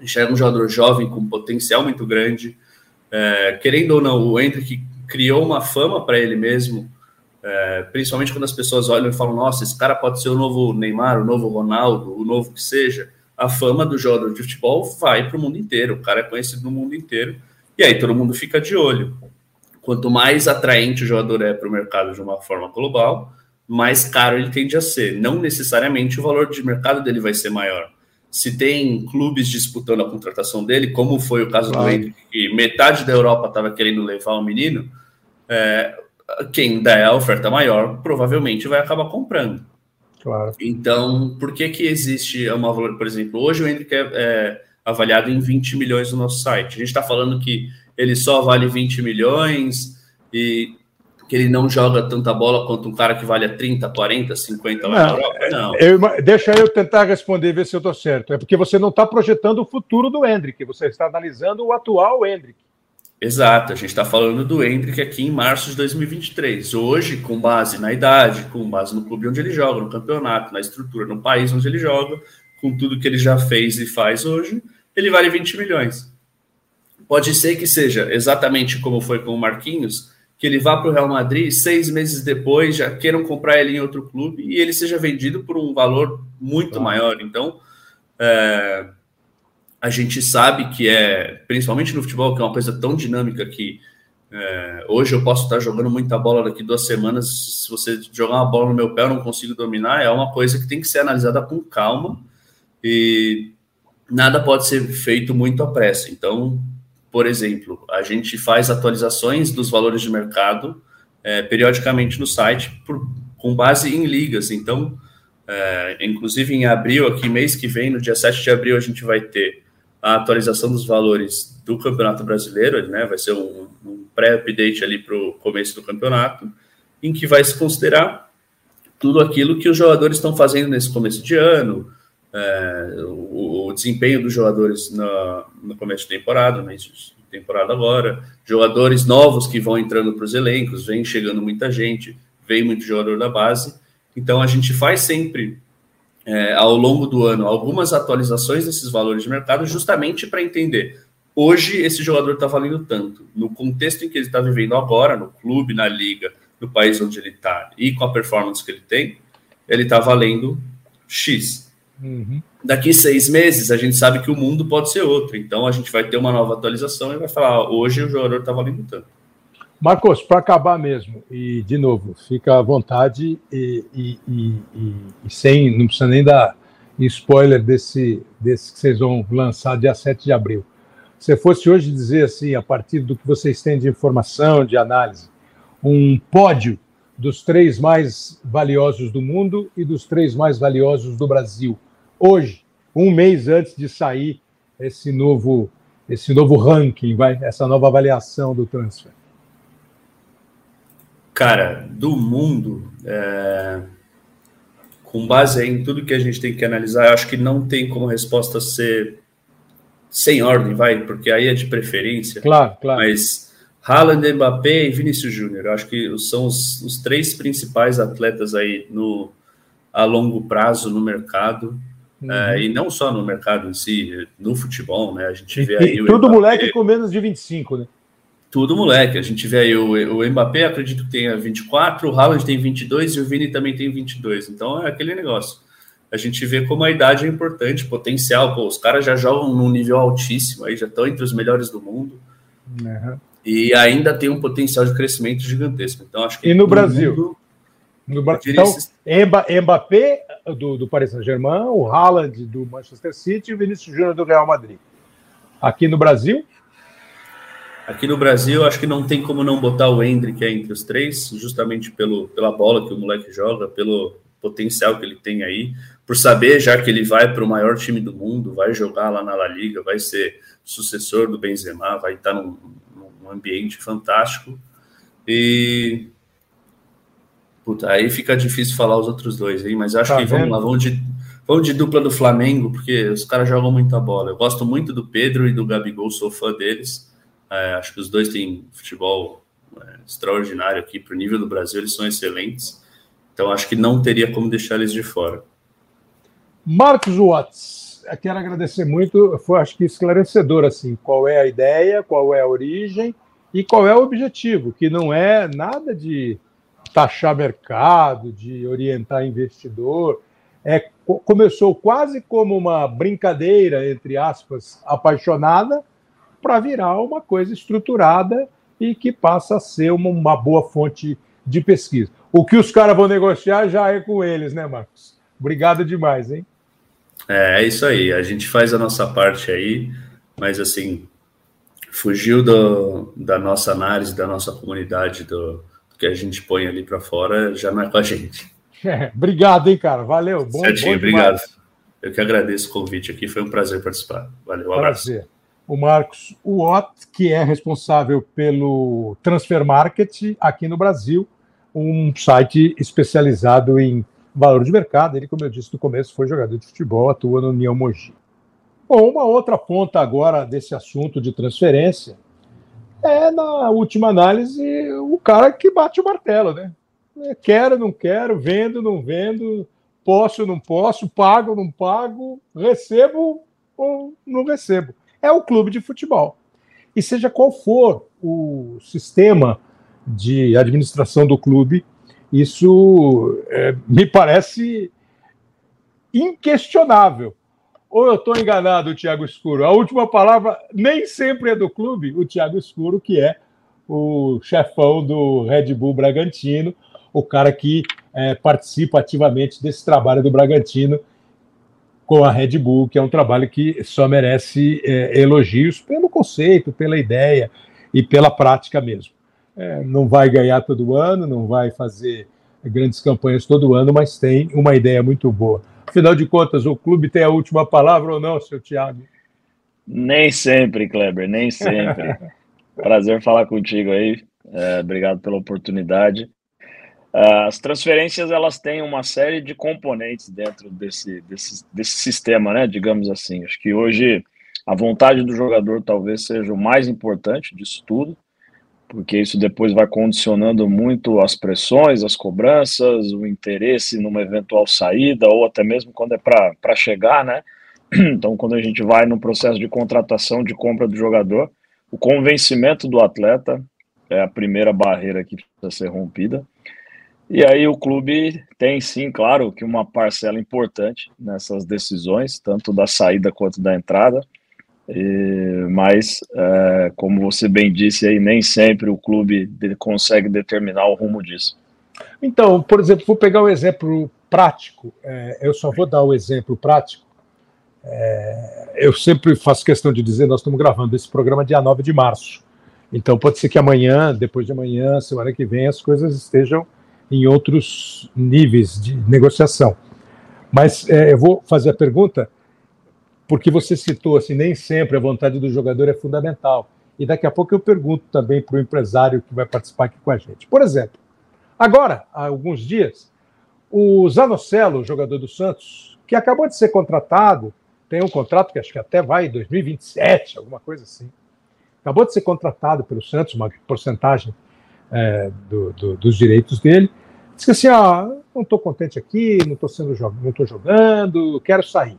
enxerga um jogador jovem com potencial muito grande. Querendo ou não, o Endrick criou uma fama para ele mesmo, principalmente quando as pessoas olham e falam, nossa, esse cara pode ser o novo Neymar, o novo Ronaldo, o novo que seja. A fama do jogador de futebol vai para o mundo inteiro, o cara é conhecido no mundo inteiro, e aí todo mundo fica de olho. Quanto mais atraente o jogador é para o mercado de uma forma global, mais caro ele tende a ser. Não necessariamente o valor de mercado dele vai ser maior. Se tem clubes disputando a contratação dele, como foi o caso do Endrick, que metade da Europa estava querendo levar o menino, quem der a oferta maior provavelmente vai acabar comprando. Claro. Então, por que existe uma valor, por exemplo, hoje o Endrick é avaliado em 20 milhões no nosso site. A gente está falando que ele só vale 20 milhões e que ele não joga tanta bola quanto um cara que vale 30, 40, 50 lá na Europa? Não. Deixa eu tentar responder, ver se eu estou certo. É porque você não está projetando o futuro do Endrick, você está analisando o atual Endrick. Exato, a gente está falando do Endrick aqui em março de 2023. Hoje, com base na idade, com base no clube onde ele joga, no campeonato, na estrutura, no país onde ele joga, com tudo que ele já fez e faz hoje, ele vale 20 milhões. Pode ser que seja exatamente como foi com o Marquinhos, que ele vá para o Real Madrid, 6 meses depois já queiram comprar ele em outro clube e ele seja vendido por um valor muito maior. Então, a gente sabe que principalmente no futebol, que é uma coisa tão dinâmica que hoje eu posso estar jogando muita bola, daqui 2 semanas, se você jogar uma bola no meu pé eu não consigo dominar, é uma coisa que tem que ser analisada com calma e nada pode ser feito muito à pressa. Então, por exemplo, a gente faz atualizações dos valores de mercado periodicamente no site com base em ligas. Então, inclusive em abril, aqui mês que vem, no dia 7 de abril, a gente vai ter a atualização dos valores do Campeonato Brasileiro, né? Vai ser um pré-update ali para o começo do campeonato, em que vai se considerar tudo aquilo que os jogadores estão fazendo nesse começo de ano, o desempenho dos jogadores no começo de temporada, no início de temporada agora, jogadores novos que vão entrando para os elencos, vem chegando muita gente, vem muito jogador da base. Então a gente faz sempre, ao longo do ano, algumas atualizações desses valores de mercado, justamente para entender, hoje esse jogador está valendo tanto, no contexto em que ele está vivendo agora, no clube, na liga, no país onde ele está, e com a performance que ele tem, ele está valendo X. Uhum. Daqui 6 meses, a gente sabe que o mundo pode ser outro. Então, a gente vai ter uma nova atualização e vai falar, hoje o jogador está valendo tanto. Marcos, para acabar mesmo, e de novo, fica à vontade e sem, não precisa nem dar spoiler desse que vocês vão lançar dia 7 de abril. Se fosse hoje dizer assim, a partir do que vocês têm de informação, de análise, um pódio dos 3 mais valiosos do mundo e dos 3 mais valiosos do Brasil. Hoje, um mês antes de sair esse novo ranking, essa nova avaliação do transfer. Cara, do mundo, com base em tudo que a gente tem que analisar, eu acho que não tem como resposta ser sem ordem, porque aí é de preferência. Claro. Mas Haaland, Mbappé e Vinícius Júnior, eu acho que são os 3 principais atletas aí a longo prazo no mercado. E não só no mercado em si, no futebol, né? A gente vê aí tudo Mbappé, moleque com menos de 25, né? Tudo moleque. A gente vê aí o Mbappé, acredito que tenha 24, o Haaland tem 22 e o Vini também tem 22. Então é aquele negócio. A gente vê como a idade é importante, potencial. Os caras já jogam num nível altíssimo, aí já estão entre os melhores do mundo. Uhum. E ainda tem um potencial de crescimento gigantesco. Então acho que e no Brasil? Então, Mbappé do Paris Saint-Germain, o Haaland do Manchester City e o Vinícius Júnior do Real Madrid. Aqui no Brasil? Aqui no Brasil, acho que não tem como não botar o Endrick entre os 3, justamente pela bola que o moleque joga, pelo potencial que ele tem aí, por saber já que ele vai para o maior time do mundo, vai jogar lá na La Liga, vai ser sucessor do Benzema, vai estar num ambiente fantástico. E aí fica difícil falar os outros 2 aí, mas acho que vamos de dupla do Flamengo, porque os caras jogam muita bola. Eu gosto muito do Pedro e do Gabigol, sou fã deles. Acho que os 2 têm futebol extraordinário aqui, para o nível do Brasil, eles são excelentes. Então acho que não teria como deixar eles de fora. Marcos Watts, Mas quero agradecer muito, foi acho que esclarecedor, assim, qual é a ideia, qual é a origem e qual é o objetivo, que não é nada de taxar mercado, de orientar investidor. Começou quase como uma brincadeira, entre aspas, apaixonada, para virar uma coisa estruturada e que passa a ser uma boa fonte de pesquisa. O que os caras vão negociar já é com eles, né, Marcos? Obrigado demais, hein? É isso aí, a gente faz a nossa parte aí, mas assim, fugiu da nossa análise, da nossa comunidade, do que a gente põe ali para fora, já não é com a gente. Obrigado, hein, cara, valeu. Certinho, obrigado. Eu que agradeço o convite aqui, foi um prazer participar. Valeu, um abraço. Prazer. O Marcos Uot, que é responsável pelo Transfer Market aqui no Brasil, um site especializado em valor de mercado. Ele, como eu disse no começo, foi jogador de futebol, atua no União Mogi. Bom, uma outra ponta agora desse assunto de transferência é, na última análise, o cara que bate o martelo, né? Quero, não quero, vendo, não vendo, posso, não posso, pago, não pago, recebo ou não recebo. É o clube de futebol. E seja qual for o sistema de administração do clube, isso me parece inquestionável. Ou eu estou enganado, Thiago Escuro? A última palavra nem sempre é do clube, o Thiago Escuro, que é o chefão do Red Bull Bragantino, o cara que participa ativamente desse trabalho do Bragantino com a Red Bull, que é um trabalho que só merece elogios pelo conceito, pela ideia e pela prática mesmo. Não vai ganhar todo ano, não vai fazer grandes campanhas todo ano, mas tem uma ideia muito boa. Afinal de contas, o clube tem a última palavra ou não, seu Thiago? Nem sempre, Kleber, nem sempre. Prazer falar contigo aí. Obrigado pela oportunidade. As transferências, elas têm uma série de componentes dentro desse sistema, né? Digamos assim. Acho que hoje a vontade do jogador talvez seja o mais importante disso tudo, porque isso depois vai condicionando muito as pressões, as cobranças, o interesse numa eventual saída, ou até mesmo quando é para chegar, né? Então, quando a gente vai no processo de contratação, de compra do jogador, o convencimento do atleta é a primeira barreira que precisa ser rompida. E aí o clube tem, sim, claro, que uma parcela importante nessas decisões, tanto da saída quanto da entrada, mas, como você bem disse aí, nem sempre o clube consegue determinar o rumo disso. Então, por exemplo, vou pegar um exemplo prático, eu só vou dar o exemplo prático. Eu sempre faço questão de dizer, nós estamos gravando esse programa dia 9 de março, então pode ser que amanhã, depois de amanhã, semana que vem, as coisas estejam em outros níveis de negociação. Mas eu vou fazer a pergunta, porque você citou assim, nem sempre a vontade do jogador é fundamental. E daqui a pouco eu pergunto também para o empresário que vai participar aqui com a gente. Por exemplo, agora, há alguns dias, o Zanocelo, jogador do Santos, que acabou de ser contratado, tem um contrato que acho que até vai em 2027, alguma coisa assim. Acabou de ser contratado pelo Santos, uma porcentagem dos direitos dele. Diz que assim, não estou contente aqui, não estou jogando, quero sair.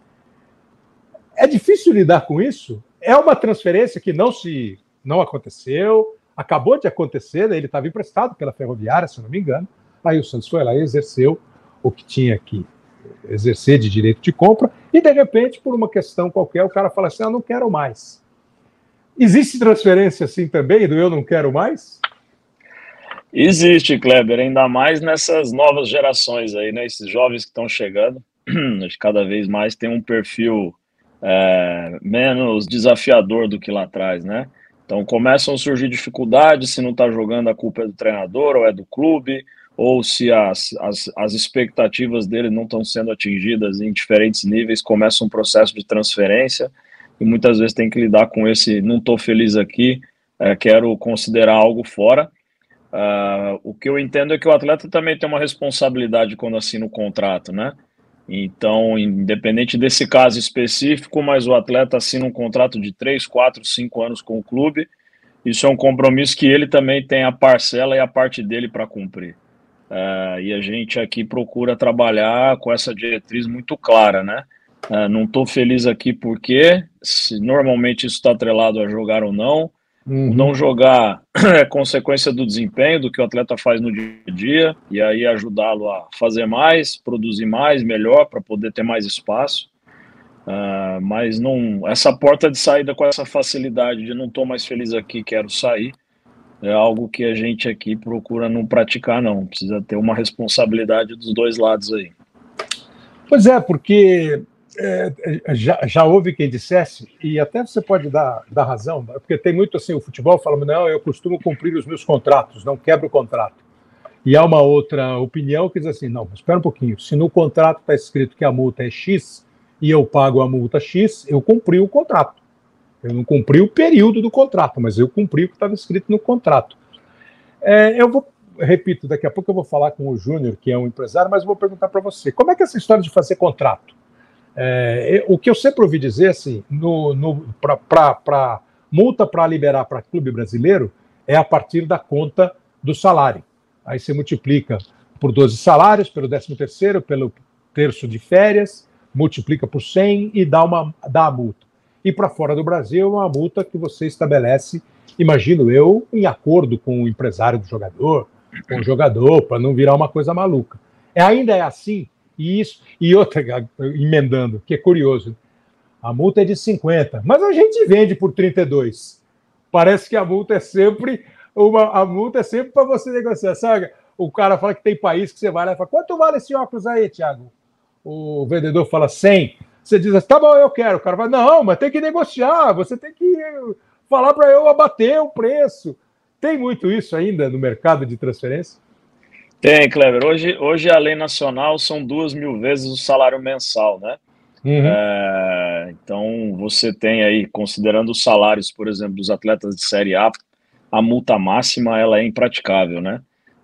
É difícil lidar com isso? É uma transferência que não aconteceu, acabou de acontecer, ele estava emprestado pela Ferroviária, se não me engano, aí o Santos foi lá e exerceu o que tinha que exercer de direito de compra, e de repente, por uma questão qualquer, o cara fala assim, não quero mais. Existe transferência assim também, do eu não quero mais? Existe, Kleber, ainda mais nessas novas gerações aí, né? Esses jovens que estão chegando, acho que cada vez mais tem um perfil menos desafiador do que lá atrás, né? Então começam a surgir dificuldades, se não está jogando a culpa é do treinador ou é do clube, ou se as expectativas dele não estão sendo atingidas em diferentes níveis, começa um processo de transferência e muitas vezes tem que lidar com esse não estou feliz aqui, quero considerar algo fora. O que eu entendo é que o atleta também tem uma responsabilidade quando assina o contrato, né? Então, independente desse caso específico, mas o atleta assina um contrato de 3, 4, 5 anos com o clube, isso é um compromisso que ele também tem a parcela e a parte dele para cumprir. E a gente aqui procura trabalhar com essa diretriz muito clara, né? Não estou feliz aqui porque normalmente isso está atrelado a jogar ou não. O não jogar é consequência do desempenho, do que o atleta faz no dia a dia, e aí ajudá-lo a fazer mais, produzir mais, melhor, para poder ter mais espaço. Mas não, essa porta de saída com essa facilidade de não estou mais feliz aqui, quero sair, é algo que a gente aqui procura não praticar, não. Precisa ter uma responsabilidade dos dois lados aí. Pois é, porque já houve quem dissesse, e até você pode dar razão, porque tem muito assim, o futebol fala, não, eu costumo cumprir os meus contratos, não quebro o contrato. E há uma outra opinião que diz assim, não, mas espera um pouquinho, se no contrato está escrito que a multa é X e eu pago a multa X, eu cumpri o contrato. Eu não cumpri o período do contrato, mas eu cumpri o que estava escrito no contrato. Repito, daqui a pouco eu vou falar com o Júnior, que é um empresário, mas eu vou perguntar para você, como é que é essa história de fazer contrato? O que eu sempre ouvi dizer, assim, para multa para liberar para clube brasileiro é a partir da conta do salário. Aí você multiplica por 12 salários, pelo 13º, pelo terço de férias, multiplica por 100 e dá a multa. E para fora do Brasil é uma multa que você estabelece, imagino eu, em acordo com o empresário do jogador, com o jogador, para não virar uma coisa maluca. Ainda é assim? E outra, emendando, que é curioso, a multa é de 50, mas a gente vende por 32. Parece que a multa é sempre para você negociar. Sabe? O cara fala que tem país que você vai lá e fala, quanto vale esse óculos aí, Thiago? O vendedor fala 100. Você diz assim, tá bom, eu quero. O cara fala, não, mas tem que negociar, você tem que falar para eu abater o preço. Tem muito isso ainda no mercado de transferência? Tem, Kleber. Hoje a lei nacional são 2.000 vezes o salário mensal, né? Então, você tem aí, considerando os salários, por exemplo, dos atletas de Série A, a multa máxima ela é impraticável, né?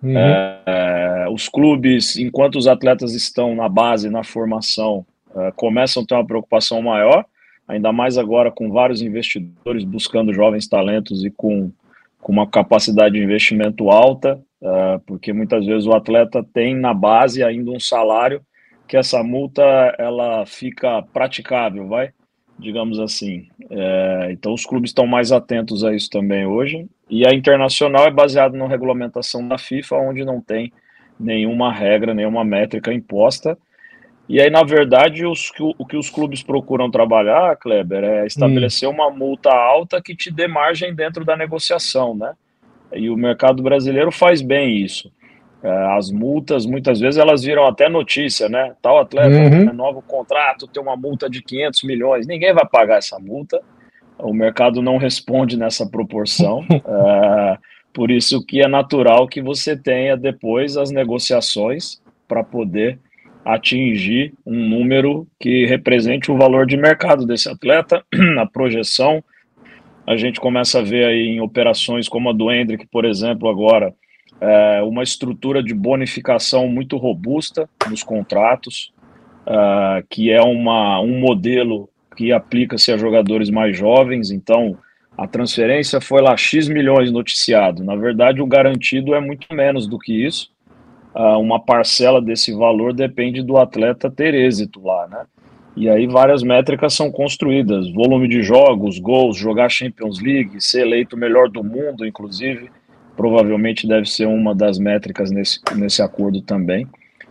Os clubes, enquanto os atletas estão na base, na formação, começam a ter uma preocupação maior, ainda mais agora com vários investidores buscando jovens talentos e com uma capacidade de investimento alta, porque muitas vezes o atleta tem na base ainda um salário que essa multa ela fica praticável, digamos assim. Então os clubes estão mais atentos a isso também hoje, e a internacional é baseada na regulamentação da FIFA, onde não tem nenhuma regra, nenhuma métrica imposta. E aí, na verdade, o que os clubes procuram trabalhar, Kleber, é estabelecer uma multa alta que te dê margem dentro da negociação, né? E o mercado brasileiro faz bem isso. As multas, muitas vezes, elas viram até notícia, né? Tal atleta renova o contrato, tem uma multa de 500 milhões. Ninguém vai pagar essa multa. O mercado não responde nessa proporção. Por isso que é natural que você tenha depois as negociações para poder atingir um número que represente o valor de mercado desse atleta, na projeção. A gente começa a ver aí em operações como a do Endrick, por exemplo, agora, uma estrutura de bonificação muito robusta nos contratos, que é um modelo que aplica-se a jogadores mais jovens. Então, a transferência foi lá X milhões noticiado. Na verdade, o garantido é muito menos do que isso. Uma parcela desse valor depende do atleta ter êxito lá, né? E aí várias métricas são construídas, volume de jogos, gols, jogar Champions League, ser eleito o melhor do mundo, inclusive, provavelmente deve ser uma das métricas nesse acordo também.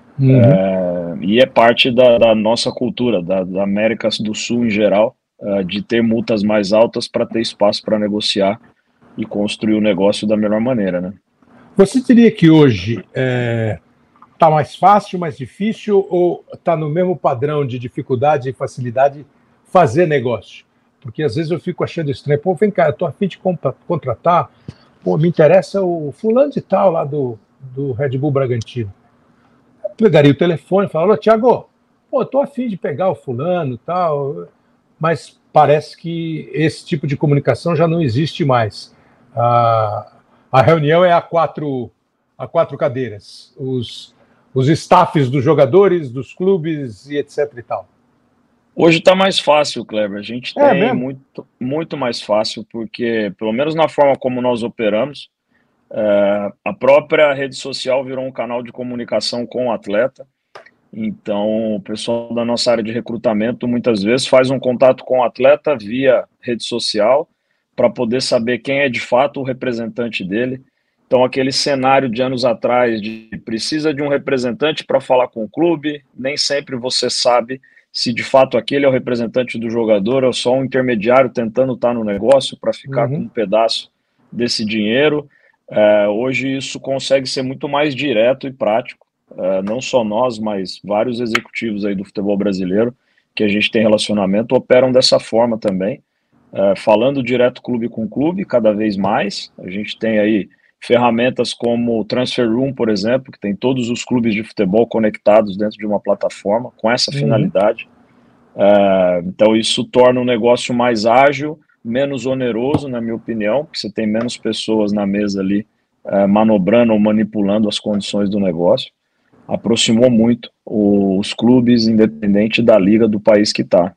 E é parte da nossa cultura, da América do Sul em geral, de ter multas mais altas para ter espaço para negociar e construir o negócio da melhor maneira, né? Você diria que hoje está mais fácil, mais difícil, ou está no mesmo padrão de dificuldade e facilidade fazer negócio? Porque às vezes eu fico achando estranho. Pô, vem cá, eu estou a fim de contratar, pô, me interessa o fulano de tal lá do Red Bull Bragantino. Eu pegaria o telefone e falaria, Thiago, pô, estou a fim de pegar o fulano e tal, mas parece que esse tipo de comunicação já não existe mais. A reunião é a quatro cadeiras, os staffs dos jogadores, dos clubes e etc e tal. Hoje está mais fácil, Kleber. A gente tem muito, muito mais fácil, porque, pelo menos na forma como nós operamos, a própria rede social virou um canal de comunicação com o atleta. Então, o pessoal da nossa área de recrutamento muitas vezes faz um contato com o atleta via rede social para poder saber quem é de fato o representante dele. Então, aquele cenário de anos atrás de precisa de um representante para falar com o clube, nem sempre você sabe se de fato aquele é o representante do jogador ou só um intermediário tentando estar no negócio para ficar com um pedaço desse dinheiro. Hoje isso consegue ser muito mais direto e prático. Não só nós, mas vários executivos aí do futebol brasileiro que a gente tem relacionamento operam dessa forma também, falando direto clube com clube, cada vez mais. A gente tem aí ferramentas como o Transfer Room, por exemplo, que tem todos os clubes de futebol conectados dentro de uma plataforma com essa finalidade. Então isso torna o negócio mais ágil, menos oneroso, na minha opinião, porque você tem menos pessoas na mesa ali manobrando ou manipulando as condições do negócio. Aproximou muito os clubes, independente da liga do país que está.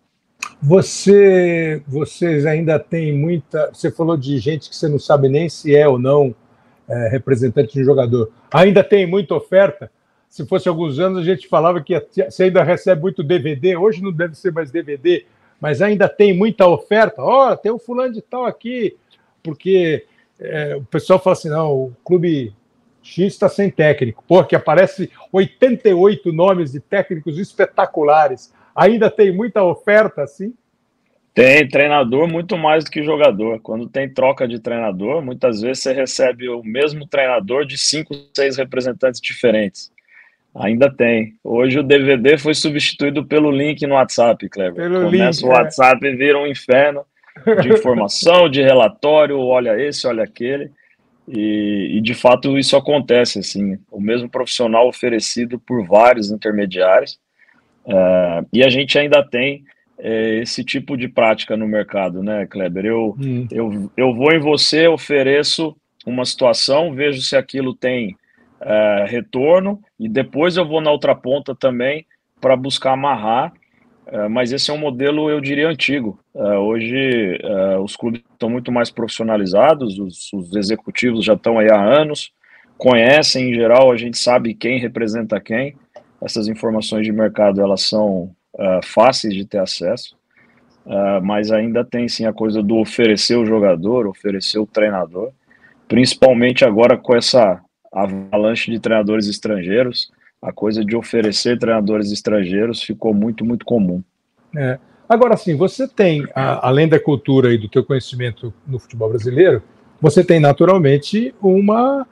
Vocês ainda têm muita... Você falou de gente que você não sabe nem se é ou não representante de um jogador. Ainda tem muita oferta? Se fosse alguns anos, a gente falava que você ainda recebe muito DVD. Hoje não deve ser mais DVD, mas ainda tem muita oferta. Tem um fulano de tal aqui. Porque o pessoal fala assim, não, o clube X está sem técnico. Que aparece 88 nomes de técnicos espetaculares. Ainda tem muita oferta assim? Tem treinador muito mais do que jogador. Quando tem troca de treinador, muitas vezes você recebe o mesmo treinador de 5, 6 representantes diferentes. Ainda tem. Hoje o DVD foi substituído pelo link no WhatsApp, Kleber. Começa o WhatsApp e vira um inferno de informação, de relatório, olha esse, olha aquele. E de fato isso acontece, assim, o mesmo profissional oferecido por vários intermediários. E a gente ainda tem esse tipo de prática no mercado, né, Kleber? Eu vou em você, ofereço uma situação, vejo se aquilo tem retorno e depois eu vou na outra ponta também para buscar amarrar, mas esse é um modelo, eu diria, antigo. Hoje os clubes estão muito mais profissionalizados, os executivos já estão aí há anos, conhecem em geral, a gente sabe quem representa quem. Essas informações de mercado, elas são fáceis de ter acesso, mas ainda tem sim a coisa do oferecer o jogador, oferecer o treinador, principalmente agora com essa avalanche de treinadores estrangeiros, a coisa de oferecer treinadores estrangeiros ficou muito, muito comum. Agora sim, você tem, além da cultura e do teu conhecimento no futebol brasileiro, você tem naturalmente um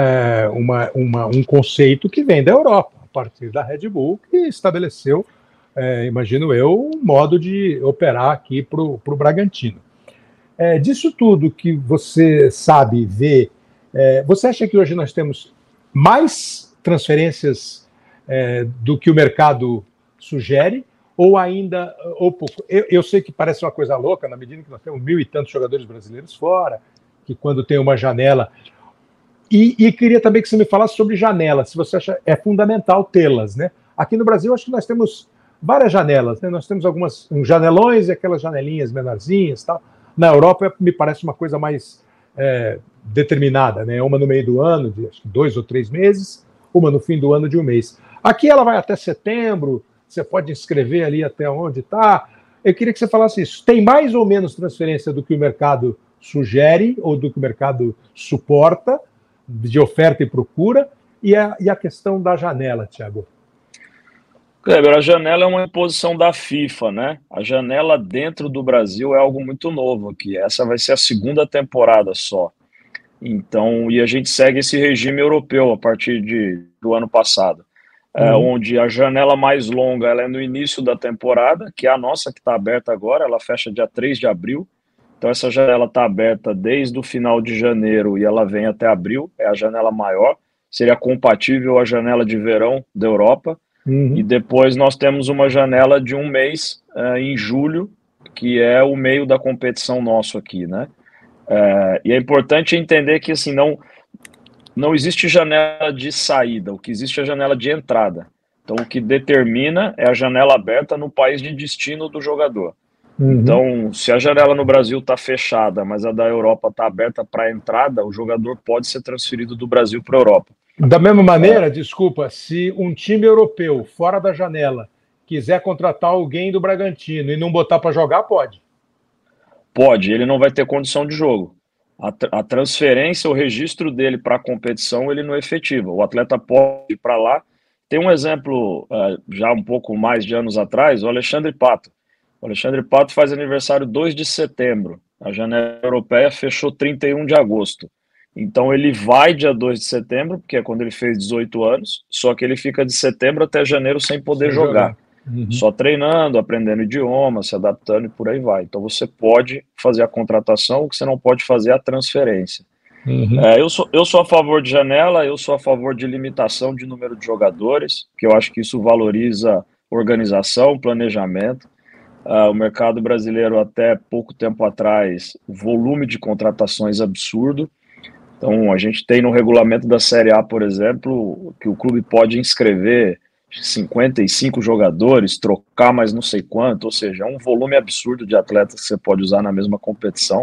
conceito que vem da Europa, a partir da Red Bull, que estabeleceu, imagino eu, um modo de operar aqui para o Bragantino. Disso tudo que você sabe ver, você acha que hoje nós temos mais transferências do que o mercado sugere, ou ainda, ou pouco? Eu sei que parece uma coisa louca, na medida que nós temos 1.000 e tantos jogadores brasileiros fora, que quando tem uma janela... E queria também que você me falasse sobre janelas, se você acha fundamental tê-las, né? Aqui no Brasil, acho que nós temos várias janelas, né? Nós temos algumas janelões e aquelas janelinhas menorzinhas, tal. Na Europa, me parece uma coisa mais determinada, né? Uma no meio do ano, de acho que 2 ou 3 meses, uma no fim do ano de 1 mês. Aqui ela vai até setembro, você pode inscrever ali até onde está. Eu queria que você falasse isso. Tem mais ou menos transferência do que o mercado sugere ou do que o mercado suporta, de oferta e procura, e a questão da janela, Thiago? Kleber, a janela é uma imposição da FIFA, né? A janela dentro do Brasil é algo muito novo aqui. Essa vai ser a 2ª temporada só. Então, e a gente segue esse regime europeu a partir do ano passado, onde a janela mais longa ela é no início da temporada, que é a nossa, que está aberta agora, ela fecha dia 3 de abril. Então essa janela está aberta desde o final de janeiro e ela vem até abril, é a janela maior, seria compatível à janela de verão da Europa. E depois nós temos uma janela de 1 mês em julho, que é o meio da competição nosso aqui, né? E é importante entender que assim, não existe janela de saída, o que existe é a janela de entrada. Então o que determina é a janela aberta no país de destino do jogador. Então, se a janela no Brasil está fechada, mas a da Europa está aberta para a entrada, o jogador pode ser transferido do Brasil para a Europa. Da mesma maneira, desculpa, se um time europeu fora da janela quiser contratar alguém do Bragantino e não botar para jogar, pode. Pode, ele não vai ter condição de jogo. A transferência, o registro dele para a competição, ele não é efetivo. O atleta pode ir para lá. Tem um exemplo, já um pouco mais de anos atrás, o Alexandre Pato. O Alexandre Pato faz aniversário 2 de setembro. A janela europeia fechou 31 de agosto. Então ele vai dia 2 de setembro, porque é quando ele fez 18 anos, só que ele fica de setembro até janeiro sem poder jogar. Uhum. Só treinando, aprendendo idioma, se adaptando e por aí vai. Então você pode fazer a contratação, o que você não pode fazer é a transferência. Uhum. Eu sou a favor de janela, eu sou a favor de limitação de número de jogadores, que eu acho que isso valoriza organização, planejamento. O mercado brasileiro, até pouco tempo atrás, o volume de contratações absurdo. Então, a gente tem no regulamento da Série A, por exemplo, que o clube pode inscrever 55 jogadores, trocar mais não sei quanto, ou seja, é um volume absurdo de atletas que você pode usar na mesma competição,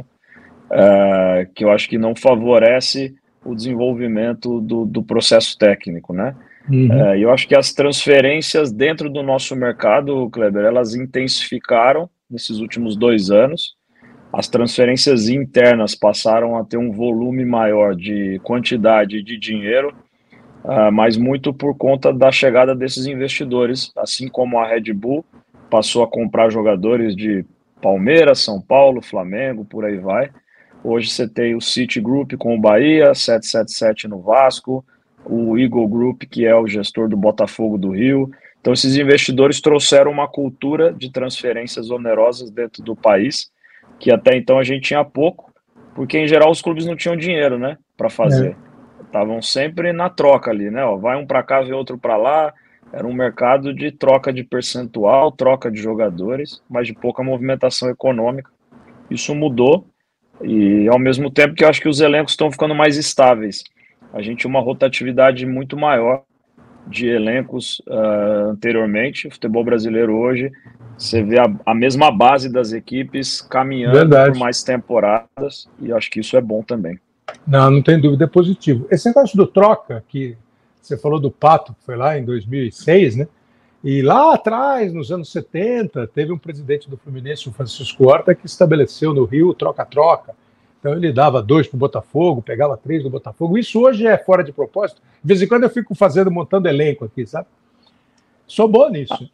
que eu acho que não favorece o desenvolvimento do processo técnico, né? Uhum. Eu acho que as transferências dentro do nosso mercado, Kleber, elas intensificaram nesses últimos 2 anos. As transferências internas passaram a ter um volume maior de quantidade de dinheiro, mas muito por conta da chegada desses investidores, assim como a Red Bull passou a comprar jogadores de Palmeiras, São Paulo, Flamengo, por aí vai. Hoje você tem o City Group com o Bahia, 777 no Vasco, o Eagle Group, que é o gestor do Botafogo do Rio. Então esses investidores trouxeram uma cultura de transferências onerosas dentro do país, que até então a gente tinha pouco, porque em geral os clubes não tinham dinheiro, né, para fazer. Estavam sempre na troca ali, né? Vai um para cá, vem outro para lá. Era um mercado de troca de percentual, troca de jogadores, mas de pouca movimentação econômica. Isso mudou e, ao mesmo tempo, que eu acho que os elencos estão ficando mais estáveis. A gente tinha uma rotatividade muito maior de elencos anteriormente. O futebol brasileiro hoje, você vê a mesma base das equipes caminhando por mais temporadas e acho que isso é bom também. Não tem dúvida, é positivo. Esse negócio do troca, que você falou do Pato, que foi lá em 2006, né? E lá atrás, nos anos 70, teve um presidente do Fluminense, o Francisco Horta, que estabeleceu no Rio troca-troca. Então ele dava 2 para o Botafogo, pegava 3 do Botafogo. Isso hoje é fora de propósito. De vez em quando eu fico montando elenco aqui, sabe? Sou bom nisso.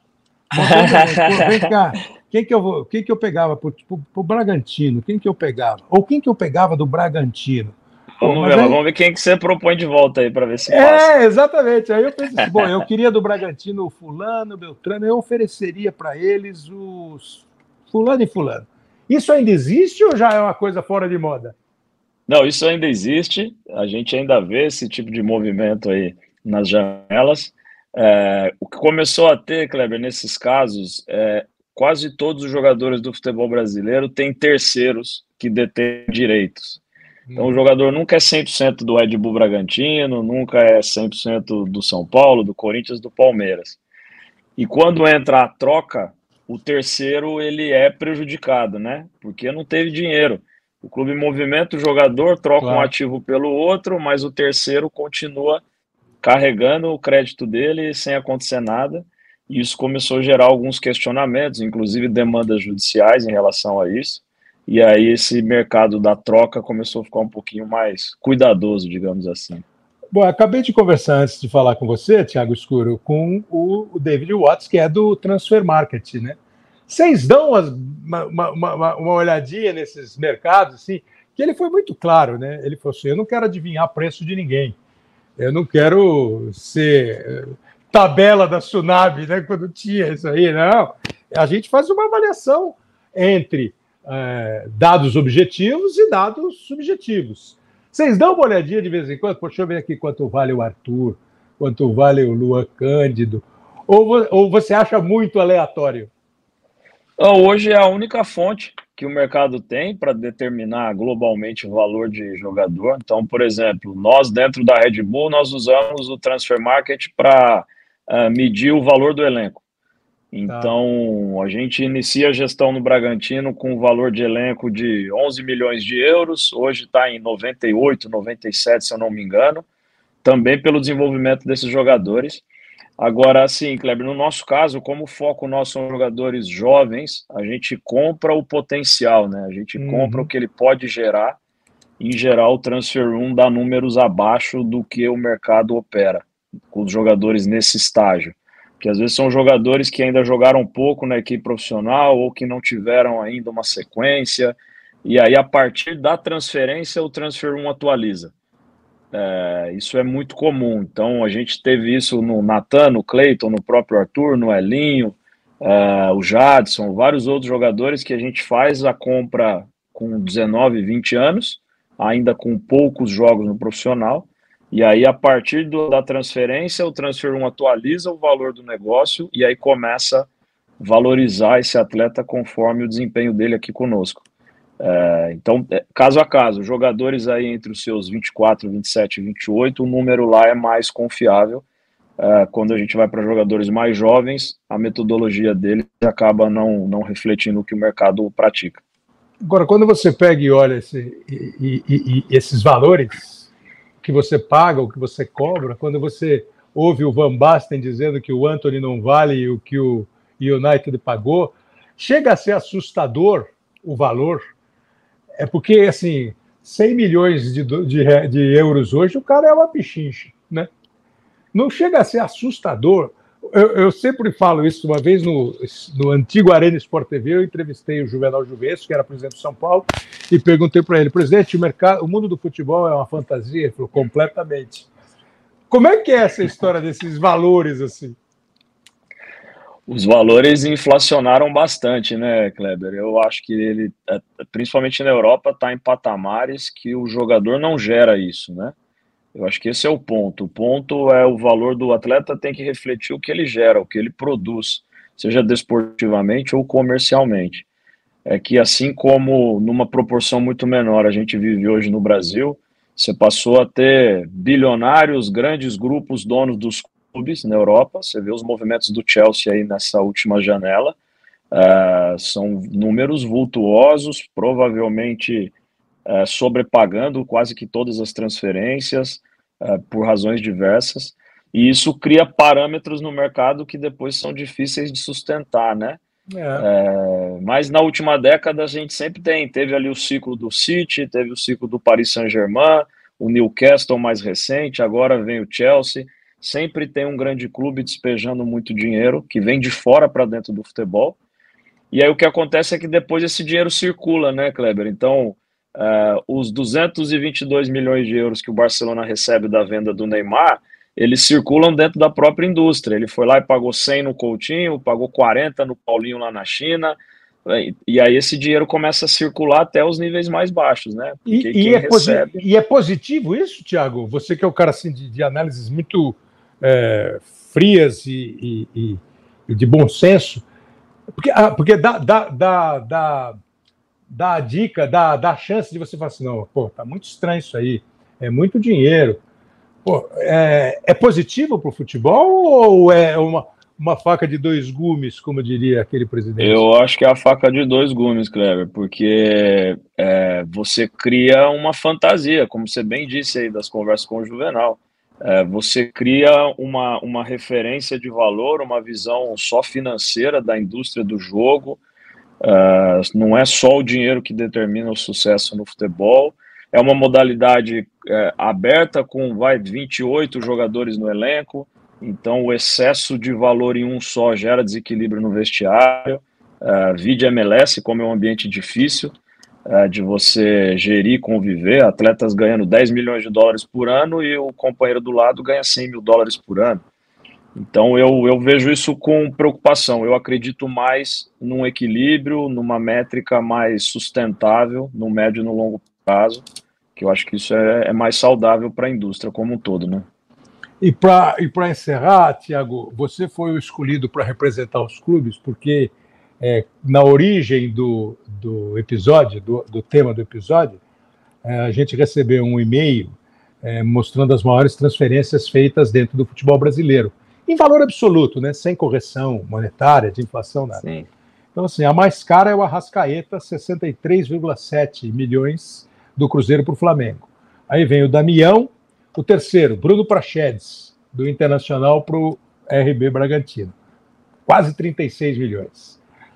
Vem cá. Quem que eu pegava pro Bragantino? Quem que eu pegava? Ou quem que eu pegava do Bragantino? Vamos ver quem que você propõe de volta aí para ver se passa. Exatamente. Aí eu pensei assim, bom, eu queria do Bragantino o fulano, Beltrano, eu ofereceria para eles os fulano e fulano. Isso ainda existe ou já é uma coisa fora de moda? Não, isso ainda existe. A gente ainda vê esse tipo de movimento aí nas janelas. O que começou a ter, Kleber, nesses casos, quase todos os jogadores do futebol brasileiro têm terceiros que detêm direitos. Então o jogador nunca é 100% do Red Bull Bragantino, nunca é 100% do São Paulo, do Corinthians, do Palmeiras. E quando entra a troca, o terceiro ele é prejudicado, né? Porque não teve dinheiro. O clube movimenta o jogador, troca um ativo pelo outro, mas o terceiro continua carregando o crédito dele sem acontecer nada. E isso começou a gerar alguns questionamentos, inclusive demandas judiciais em relação a isso. E aí esse mercado da troca começou a ficar um pouquinho mais cuidadoso, digamos assim. Bom, acabei de conversar antes de falar com você, Thiago Escuro, com o David Watts, que é do Transfer Market, né? Vocês dão uma olhadinha nesses mercados, assim, que ele foi muito claro, né? Ele falou assim, eu não quero adivinhar preço de ninguém. Eu não quero ser tabela da Tsunami, né? Quando tinha isso aí, não. A gente faz uma avaliação entre dados objetivos e dados subjetivos. Vocês dão uma olhadinha de vez em quando? Deixa eu ver aqui quanto vale o Arthur, quanto vale o Luan Cândido, ou você acha muito aleatório? Hoje é a única fonte que o mercado tem para determinar globalmente o valor de jogador. Então, por exemplo, nós dentro da Red Bull, nós usamos o Transfer Market para medir o valor do elenco. Então, a gente inicia a gestão no Bragantino com um valor de elenco de 11 milhões de euros, hoje está em 98, 97, se eu não me engano. também pelo desenvolvimento desses jogadores. Agora, assim, Kleber, no nosso caso, como o foco nosso são jogadores jovens, a gente compra o potencial, né? A gente compra o que ele pode gerar. Em geral, o Transfer Room dá números abaixo do que o mercado opera com os jogadores nesse estágio. Porque às vezes são jogadores que ainda jogaram pouco na equipe profissional ou que não tiveram ainda uma sequência. E aí, a partir da transferência, o Transfer Room atualiza. Isso é muito comum. Então, a gente teve isso no Nathan, no Cleiton, no próprio Arthur, no Elinho, o Jadson, vários outros jogadores que a gente faz a compra com 19, 20 anos, ainda com poucos jogos no profissional, e aí a partir da transferência, o Transfer 1 atualiza o valor do negócio e aí começa a valorizar esse atleta conforme o desempenho dele aqui conosco. Então, caso a caso, jogadores aí entre os seus 24, 27 e 28, o número lá é mais confiável. Quando a gente vai para jogadores mais jovens, a metodologia deles acaba não refletindo o que o mercado pratica. Agora, quando você pega e olha esses valores que você paga, o que você cobra, quando você ouve o Van Basten dizendo que o Antony não vale o que o United pagou, chega a ser assustador o valor. É porque, assim, 100 milhões de euros hoje, o cara é uma pichincha, né? Não chega a ser assustador. Eu sempre falo isso. Uma vez no antigo Arena Sport TV, eu entrevistei o Juvenal Juvencio, que era presidente de São Paulo, e perguntei para ele: presidente, o mundo do futebol é uma fantasia? Ele falou: completamente. Como é que é essa história desses valores, assim? Os valores inflacionaram bastante, né, Kleber? Eu acho que ele, principalmente na Europa, está em patamares que o jogador não gera isso, né? Eu acho que esse é o ponto. O ponto é o valor do atleta tem que refletir o que ele gera, o que ele produz, seja desportivamente ou comercialmente. É que assim como numa proporção muito menor a gente vive hoje no Brasil, você passou a ter bilionários, grandes grupos, donos dos clubes na Europa. Você vê os movimentos do Chelsea aí nessa última janela. São números vultuosos, provavelmente sobrepagando quase que todas as transferências por razões diversas, e isso cria parâmetros no mercado que depois são difíceis de sustentar, né? Mas na última década a gente sempre teve ali o ciclo do City, teve o ciclo do Paris Saint-Germain, o Newcastle mais recente, agora vem o Chelsea. Sempre tem um grande clube despejando muito dinheiro que vem de fora para dentro do futebol, e aí o que acontece é que depois esse dinheiro circula, né, Kleber? Então os 222 milhões de euros que o Barcelona recebe da venda do Neymar, eles circulam dentro da própria indústria. Ele foi lá e pagou 100 no Coutinho, pagou 40 no Paulinho lá na China, e aí esse dinheiro começa a circular até os níveis mais baixos, né? E é positivo isso, Thiago? Você que é o cara assim, de análises muito frias e de bom senso, porque dá a dica, dá a chance de você falar assim: não, pô, tá muito estranho isso aí, é muito dinheiro. Pô, é positivo para o futebol ou é uma faca de dois gumes, como diria aquele presidente? Eu acho que é a faca de dois gumes, Kleber, porque você cria uma fantasia, como você bem disse aí das conversas com o Juvenal. Você cria uma referência de valor, uma visão só financeira da indústria do jogo. Não é só o dinheiro que determina o sucesso no futebol. É uma modalidade aberta com 28 jogadores no elenco, então o excesso de valor em um só gera desequilíbrio no vestiário. Vide MLS, como é um ambiente difícil de você gerir, conviver, atletas ganhando 10 milhões de dólares por ano e o companheiro do lado ganha 100 mil dólares por ano. Então eu vejo isso com preocupação. Eu acredito mais num equilíbrio, numa métrica mais sustentável, no médio e no longo prazo, que eu acho que isso é mais saudável para a indústria como um todo, né? E para encerrar, Thiago, você foi o escolhido para representar os clubes, porque na origem do episódio, do tema do episódio, a gente recebeu um e-mail mostrando as maiores transferências feitas dentro do futebol brasileiro, em valor absoluto, né? Sem correção monetária, de inflação, nada. Sim. Então, assim, a mais cara é o Arrascaeta, 63,7 milhões do Cruzeiro para o Flamengo. Aí vem o Damião, O terceiro, Bruno Praxedes, do Internacional para o RB Bragantino. Quase 36 milhões.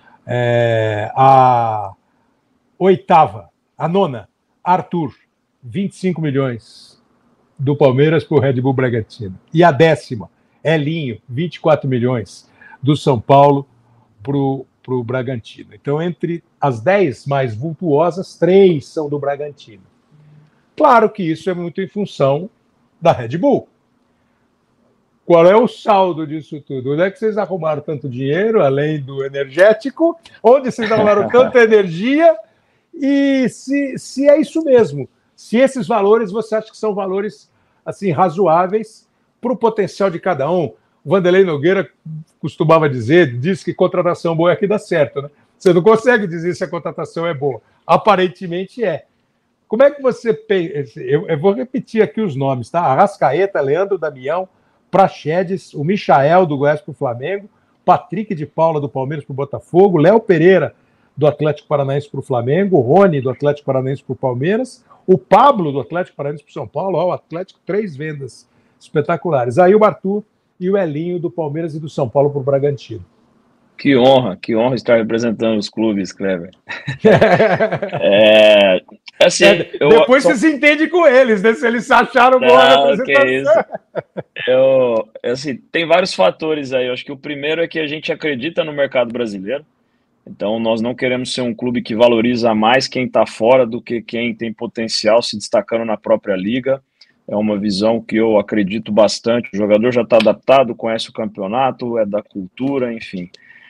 A oitava, a nona, Arthur, 25 milhões do Palmeiras para o Red Bull Bragantino. E a décima, Elinho, 24 milhões do São Paulo para o Bragantino. Então, entre as 10 mais vultuosas, 3 são do Bragantino. Claro que isso é muito em função da Red Bull. Qual é o saldo disso tudo? Onde é que vocês arrumaram tanto dinheiro, além do energético? Onde vocês arrumaram tanta energia? E se é isso mesmo, se esses valores você acha que são valores assim razoáveis para o potencial de cada um. O Vanderlei Nogueira costumava diz que contratação boa é que dá certo, né? Você não consegue dizer se a contratação é boa. Aparentemente é. Como é que você pensa? Eu vou repetir aqui os nomes, tá? Arrascaeta, Leandro Damião, Praxedes, o Michael do Goiás para o Flamengo, Patrick de Paula do Palmeiras para o Botafogo, Léo Pereira do Atlético Paranaense para o Flamengo, o Rony do Atlético Paranaense para o Palmeiras, o Pablo do Atlético Paranaense para o São Paulo, o Atlético, 3 vendas espetaculares. Aí o Arthur e o Elinho do Palmeiras e do São Paulo para o Bragantino. Que honra estar representando os clubes, Kleber. Assim, depois você se entende com eles, né? Se eles acharam boa a representação. Assim, tem vários fatores aí. Eu acho que o primeiro é que a gente acredita no mercado brasileiro. Então, nós não queremos ser um clube que valoriza mais quem está fora do que quem tem potencial se destacando na própria liga. É uma visão que eu acredito bastante. O jogador já está adaptado, conhece o campeonato, é da cultura, enfim.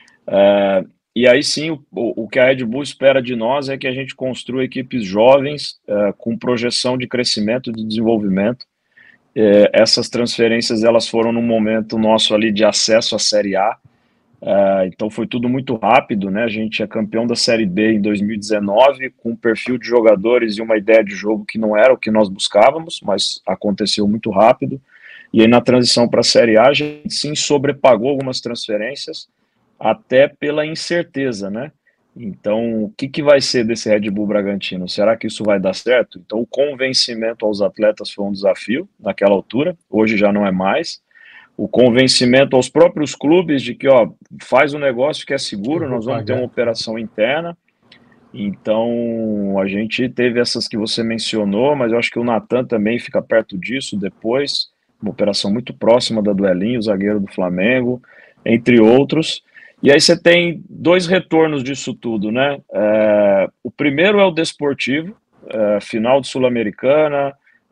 E aí sim, o que a Red Bull espera de nós é que a gente construa equipes jovens com projeção de crescimento e de desenvolvimento. Essas transferências elas foram num momento nosso ali de acesso à Série A. Então foi tudo muito rápido, né? A gente é campeão da Série B em 2019 com um perfil de jogadores e uma ideia de jogo que não era o que nós buscávamos, mas aconteceu muito rápido. E aí na transição para a Série A a gente sim sobrepagou algumas transferências, até pela incerteza, né? Então, o que vai ser desse Red Bull Bragantino? Será que isso vai dar certo? Então, o convencimento aos atletas foi um desafio naquela altura, hoje já não é mais. O convencimento aos próprios clubes de que, faz um negócio que é seguro, nós vamos ter uma operação interna. Então, a gente teve essas que você mencionou, mas eu acho que o Natan também fica perto disso depois, uma operação muito próxima da do Elinho, o zagueiro do Flamengo, entre outros. E aí você tem 2 retornos disso tudo, né? O primeiro é o desportivo, final de Sul-Americana,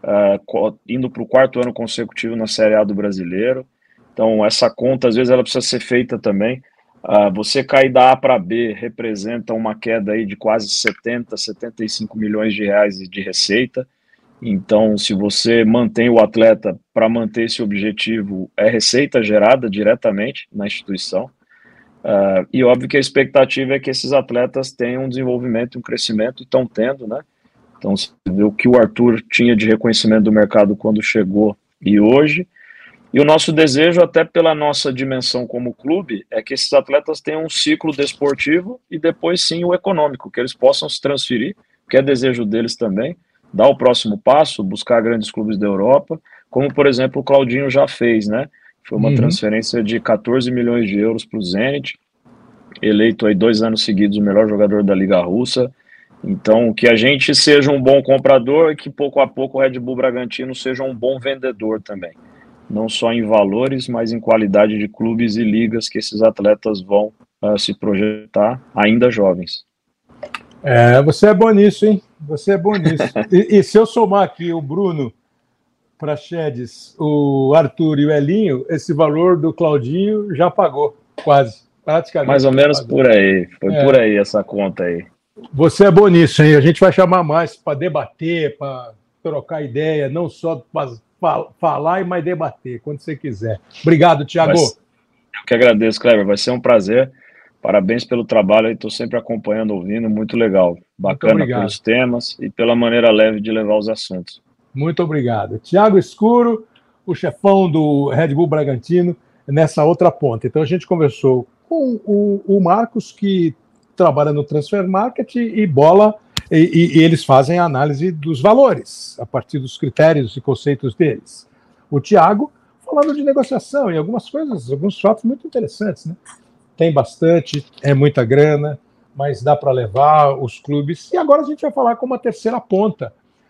indo para o 4º ano consecutivo na Série A do Brasileiro. Então essa conta, às vezes, ela precisa ser feita também. Você cair da A para B representa uma queda aí de quase 70, 75 milhões de reais de receita. Então, se você mantém o atleta para manter esse objetivo, é receita gerada diretamente na instituição. E óbvio que a expectativa é que esses atletas tenham um desenvolvimento e um crescimento, e estão tendo, né? Então, você vê o que o Arthur tinha de reconhecimento do mercado quando chegou e hoje. E o nosso desejo, até pela nossa dimensão como clube, é que esses atletas tenham um ciclo desportivo e depois sim o econômico, que eles possam se transferir, que é desejo deles também, dar o próximo passo, buscar grandes clubes da Europa, como, por exemplo, o Claudinho já fez, né? Foi uma transferência de 14 milhões de euros para o Zenit, eleito aí 2 anos seguidos o melhor jogador da Liga Russa. Então, que a gente seja um bom comprador e que pouco a pouco o Red Bull Bragantino seja um bom vendedor também. Não só em valores, mas em qualidade de clubes e ligas que esses atletas vão se projetar ainda jovens. Você é bom nisso, hein? Você é bom nisso. E se eu somar aqui o Bruno Praxedes, o Arthur e o Elinho, esse valor do Claudinho já pagou, quase, praticamente. Mais ou menos por aí, por aí essa conta aí. Você é bom nisso, hein? A gente vai chamar mais para debater, para trocar ideia, não só falar, mas debater, quando você quiser. Obrigado, Thiago. Eu que agradeço, Kleber, vai ser um prazer. Parabéns pelo trabalho, estou sempre acompanhando, ouvindo, muito legal. Bacana pelos temas e pela maneira leve de levar os assuntos. Muito obrigado. Thiago Escuro, o chefão do Red Bull Bragantino, nessa outra ponta. Então a gente conversou com o Marcos, que trabalha no Transfer Market, e Bola, E eles fazem a análise dos valores, a partir dos critérios e conceitos deles. O Thiago, falando de negociação e algumas coisas, alguns fatos muito interessantes, né? Tem bastante, é muita grana, mas dá para levar os clubes. E agora a gente vai falar com uma terceira ponta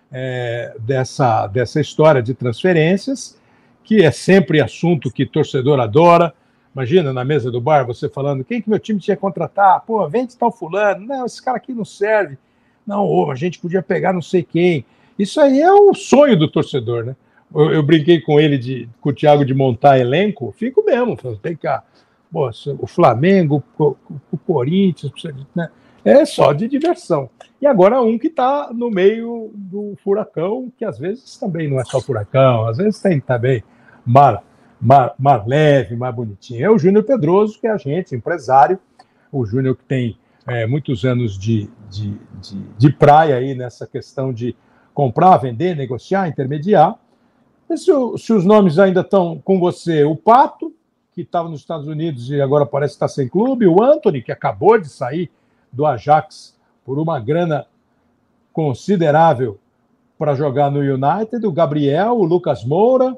dessa história de transferências, que é sempre assunto que torcedor adora. Imagina, na mesa do bar, você falando, quem que meu time tinha que contratar? Pô, vende tal fulano. Não, esse cara aqui não serve. Não, a gente podia pegar não sei quem. Isso aí é o sonho do torcedor, né? Eu brinquei com ele, com o Thiago, de montar elenco, fico mesmo, vem cá. Pô, o Flamengo, o Corinthians, né? É só de diversão. E agora um que está no meio do furacão, que às vezes também não é só furacão, às vezes tem também mar leve, mar bonitinho. É o Júnior Pedroso, que é agente, empresário. O Júnior que tem muitos anos de praia aí nessa questão de comprar, vender, negociar, intermediar. E se os nomes ainda estão com você, o Pato, que estava nos Estados Unidos e agora parece estar sem clube, o Antony, que acabou de sair do Ajax por uma grana considerável para jogar no United, o Gabriel, o Lucas Moura.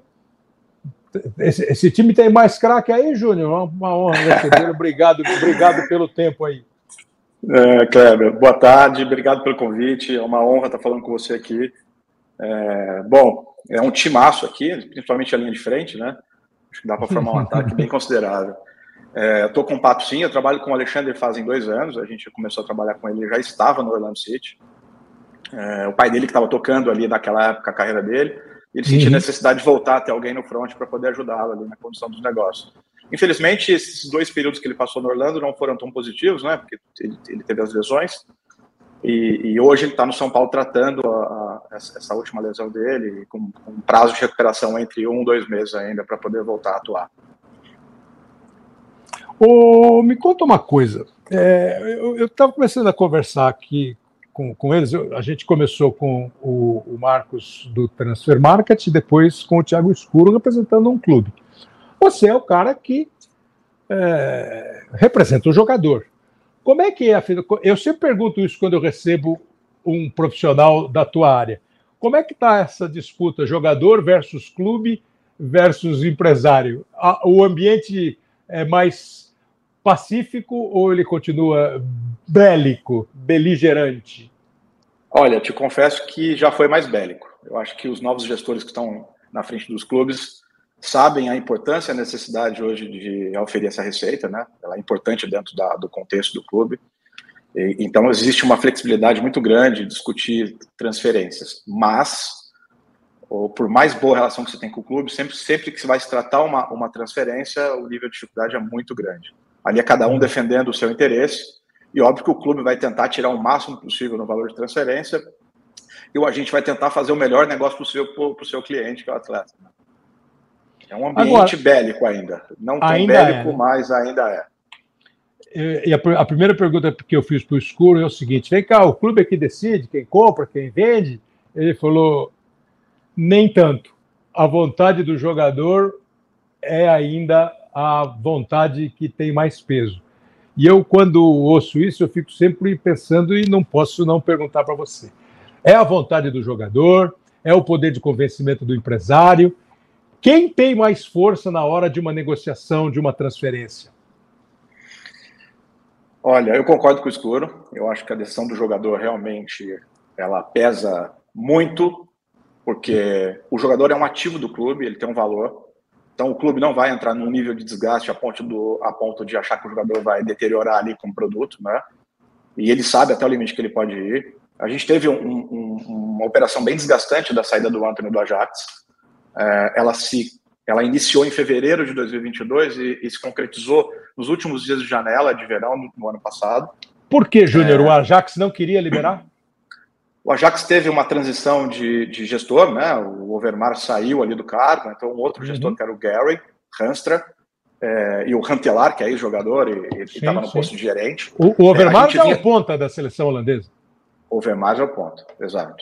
Esse time tem mais craque aí, Júnior? Uma honra recebê-lo. Obrigado pelo tempo aí. Kleber, boa tarde, obrigado pelo convite. É uma honra estar falando com você aqui. Bom, é um timaço aqui, principalmente a linha de frente, né? Acho que dá para formar um ataque bem considerável. Estou com o Pato, sim. Eu trabalho com o Alexandre fazem 2 anos. A gente começou a trabalhar com ele, ele já estava no Orlando City. O pai dele que estava tocando ali naquela época a carreira dele, ele sentia necessidade de voltar a ter alguém no front para poder ajudá-lo ali na condução dos negócios. Infelizmente, esses 2 períodos que ele passou no Orlando não foram tão positivos, né? Porque ele teve as lesões. E hoje ele está no São Paulo tratando essa última lesão dele, com um prazo de recuperação entre 1 e 2 meses ainda para poder voltar a atuar. Me conta uma coisa. Eu estava começando a conversar aqui com eles. A gente começou com o Marcos do Transfer Market e depois com o Thiago Escuro representando um clube. Você é o cara que representa o jogador. Como é que é a vida? Eu sempre pergunto isso quando eu recebo um profissional da tua área. Como é que está essa disputa jogador versus clube versus empresário? O ambiente é mais pacífico ou ele continua bélico, beligerante? Olha, te confesso que já foi mais bélico. Eu acho que os novos gestores que estão na frente dos clubes sabem a importância e a necessidade hoje de oferir essa receita, né? Ela é importante dentro do contexto do clube. Então, existe uma flexibilidade muito grande de discutir transferências. Mas, por mais boa relação que você tem com o clube, sempre que se vai se tratar uma transferência, o nível de dificuldade é muito grande. Ali é cada um defendendo o seu interesse. E óbvio que o clube vai tentar tirar o máximo possível no valor de transferência. E o agente vai tentar fazer o melhor negócio possível para o seu cliente, que é o atleta. É um ambiente bélico ainda. Não tão bélico, mas ainda é. E a primeira pergunta que eu fiz para o Escuro é o seguinte: vem cá, o clube é que decide quem compra, quem vende? Ele falou, nem tanto. A vontade do jogador é ainda a vontade que tem mais peso. E eu, quando ouço isso, eu fico sempre pensando e não posso não perguntar para você. É a vontade do jogador? É o poder de convencimento do empresário? Quem tem mais força na hora de uma negociação, de uma transferência? Olha, eu concordo com o Escuro. Eu acho que a decisão do jogador realmente ela pesa muito, porque o jogador é um ativo do clube, ele tem um valor. Então o clube não vai entrar num nível de desgaste a ponto de achar que o jogador vai deteriorar ali como produto, né? E ele sabe até o limite que ele pode ir. A gente teve uma operação bem desgastante da saída do Antony do Ajax. Ela iniciou em fevereiro de 2022 e se concretizou nos últimos dias de janela de verão no ano passado. Por que, Júnior? O Ajax não queria liberar? O Ajax teve uma transição de gestor, né? O Overmars saiu ali do cargo, então um outro gestor que era o Gary Hanstra, e o Huntelaar, que é ex-jogador, e estava no posto de gerente. O Overmars é o ponta da seleção holandesa. O Overmars é o ponto, exato.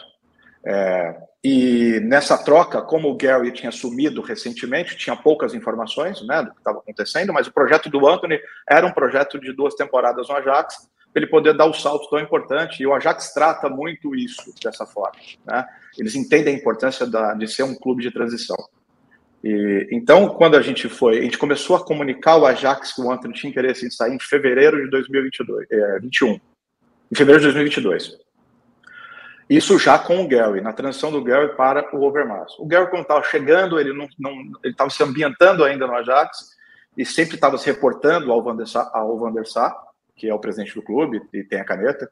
E nessa troca, como o Gary tinha assumido recentemente, tinha poucas informações, né, do que estava acontecendo, mas o projeto do Antony era um projeto de 2 temporadas no Ajax, para ele poder dar o salto tão importante, e o Ajax trata muito isso dessa forma, né? Eles entendem a importância de ser um clube de transição. Então, quando a gente começou a comunicar ao Ajax que o Antony tinha interesse em sair em fevereiro de 2021. Em fevereiro de 2022. Isso já com o Gary, na transição do Gary para o Overmars. O Gary, quando estava chegando, ele estava se ambientando ainda no Ajax e sempre estava se reportando ao Van der Sar, que é o presidente do clube e tem a caneta.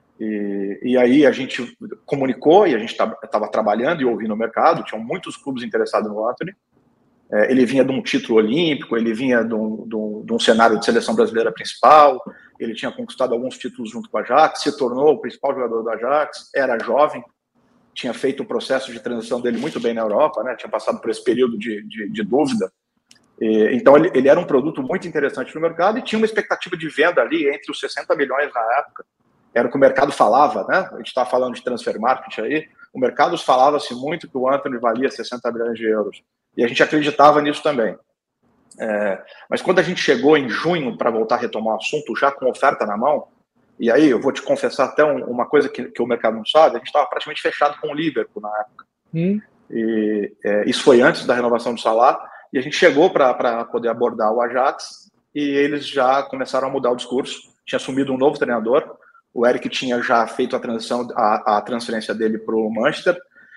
E aí a gente comunicou e a gente estava trabalhando e ouvindo o mercado. Tinham muitos clubes interessados no Antony. Ele vinha de um título olímpico, ele vinha de um cenário de seleção brasileira principal, ele tinha conquistado alguns títulos junto com o Ajax, se tornou o principal jogador do Ajax, era jovem, tinha feito o processo de transição dele muito bem na Europa, né? Tinha passado por esse período de dúvida. Então ele era um produto muito interessante no mercado e tinha uma expectativa de venda ali entre os 60 milhões na época. Era o que o mercado falava, né? A gente estava falando de transfer market aí, o mercado falava-se muito que o Antony valia 60 milhões de euros. E a gente acreditava nisso também. Mas quando a gente chegou em junho para voltar a retomar o assunto, já com oferta na mão, e aí eu vou te confessar até uma coisa que o mercado não sabe, a gente estava praticamente fechado com o Liverpool na época. E isso foi antes da renovação do Salah, e a gente chegou para poder abordar o Ajax, e eles já começaram a mudar o discurso. Tinha assumido um novo treinador, o Eric tinha já feito a transferência dele para o Manchester,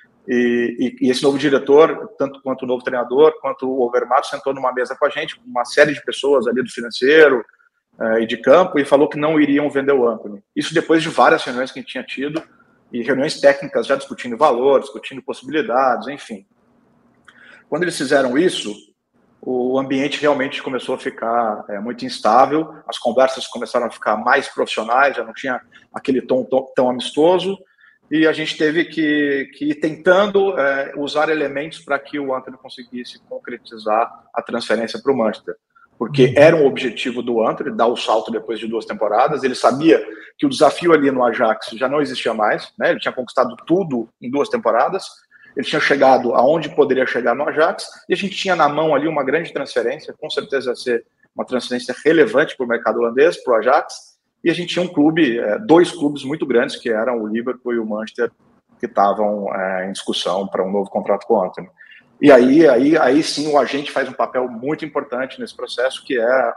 e esse novo diretor, tanto quanto o novo treinador, quanto o Overmars, sentou numa mesa com a gente, com uma série de pessoas ali do financeiro e de campo, e falou que não iriam vender o Antony. Isso depois de várias reuniões que a gente tinha tido, e reuniões técnicas já discutindo valor, discutindo possibilidades, enfim. Quando eles fizeram isso, o ambiente realmente começou a ficar muito instável, as conversas começaram a ficar mais profissionais, já não tinha aquele tom tão amistoso, e a gente teve que ir tentando usar elementos para que o Antony conseguisse concretizar a transferência para o Manchester. Porque era um objetivo do Antony, dar o salto depois de 2 temporadas. Ele sabia que o desafio ali no Ajax já não existia mais, né? Ele tinha conquistado tudo em 2 temporadas. Ele tinha chegado aonde poderia chegar no Ajax, e a gente tinha na mão ali uma grande transferência, com certeza ia ser uma transferência relevante para o mercado holandês, para o Ajax. E a gente tinha um clube, 2 clubes muito grandes, que eram o Liverpool e o Manchester, que estavam em discussão para um novo contrato com o Antony. E aí sim o agente faz um papel muito importante nesse processo, que é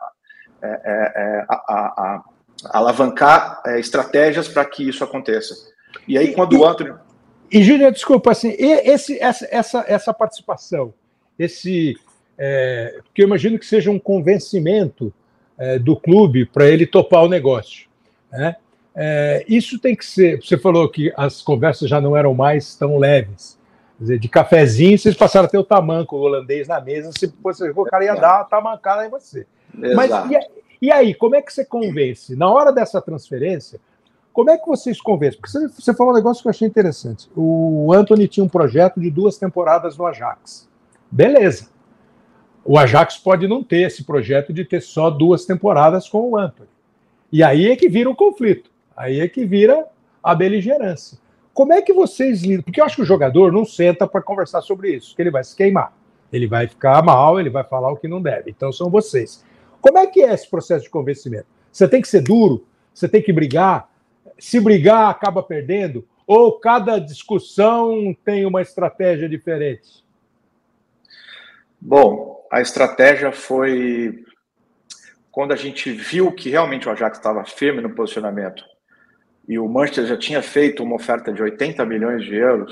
alavancar estratégias para que isso aconteça. E aí quando o Antony... E, Júnior, desculpa, assim, essa participação, porque eu imagino que seja um convencimento do clube para ele topar o negócio, né? Isso tem que ser. Você falou que as conversas já não eram mais tão leves. Quer dizer, de cafezinho, vocês passaram a ter o tamanco holandês na mesa, o cara ia dar uma tamancada em você. Mas e aí, como é que você convence? Na hora dessa transferência, como é que vocês convencem? Porque você falou um negócio que eu achei interessante. O Antony tinha um projeto de 2 temporadas no Ajax. Beleza. O Ajax pode não ter esse projeto de ter só 2 temporadas com o Antony. E aí é que vira o conflito. Aí é que vira a beligerância. Como é que vocês lidam? Porque eu acho que o jogador não senta para conversar sobre isso, que ele vai se queimar. Ele vai ficar mal, ele vai falar o que não deve. Então são vocês. Como é que é esse processo de convencimento? Você tem que ser duro? Você tem que brigar? Se brigar, acaba perdendo? Ou cada discussão tem uma estratégia diferente? Bom, a estratégia foi quando a gente viu que realmente o Ajax estava firme no posicionamento e o Manchester já tinha feito uma oferta de 80 milhões de euros,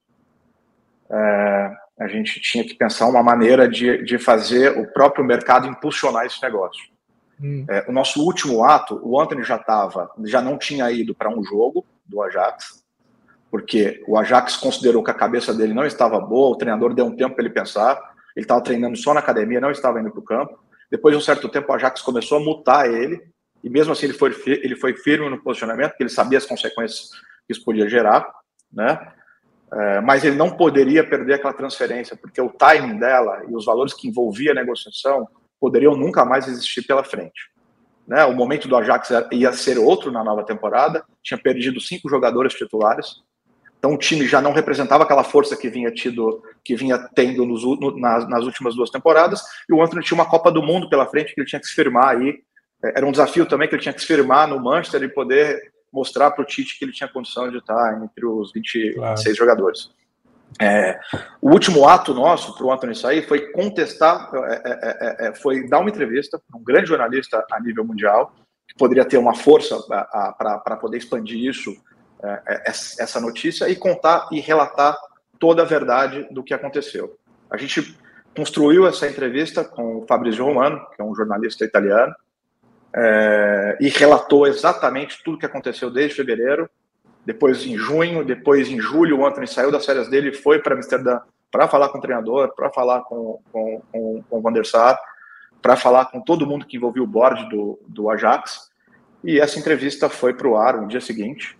a gente tinha que pensar uma maneira de fazer o próprio mercado impulsionar esse negócio. O nosso último ato, o Antony já não tinha ido para um jogo do Ajax, porque o Ajax considerou que a cabeça dele não estava boa, o treinador deu um tempo para ele pensar, ele estava treinando só na academia, não estava indo para o campo. Depois de um certo tempo, o Ajax começou a multar ele, e mesmo assim ele foi firme no posicionamento, porque ele sabia as consequências que isso podia gerar, né? Mas ele não poderia perder aquela transferência, porque o timing dela e os valores que envolvia a negociação poderiam nunca mais existir pela frente, né? O momento do Ajax ia ser outro na nova temporada, tinha perdido 5 jogadores titulares, então o time já não representava aquela força que vinha tendo nas últimas 2 temporadas, e o Antony tinha uma Copa do Mundo pela frente que ele tinha que se firmar aí era um desafio também que ele tinha que se firmar no Manchester e poder mostrar para o Tite que ele tinha condição de estar entre os 26 jogadores. O último ato nosso para o Antony sair foi contestar, foi dar uma entrevista para um grande jornalista a nível mundial, que poderia ter uma força para poder expandir isso, essa notícia, e contar e relatar toda a verdade do que aconteceu. A gente construiu essa entrevista com o Fabrizio Romano, que é um jornalista italiano, e relatou exatamente tudo o que aconteceu desde fevereiro. Depois, em junho, depois em julho, o Antony saiu das férias dele e foi para Amsterdã para falar com o treinador, para falar com o Van der Sar, para falar com todo mundo que envolvia o board do Ajax. E essa entrevista foi para o ar no dia seguinte.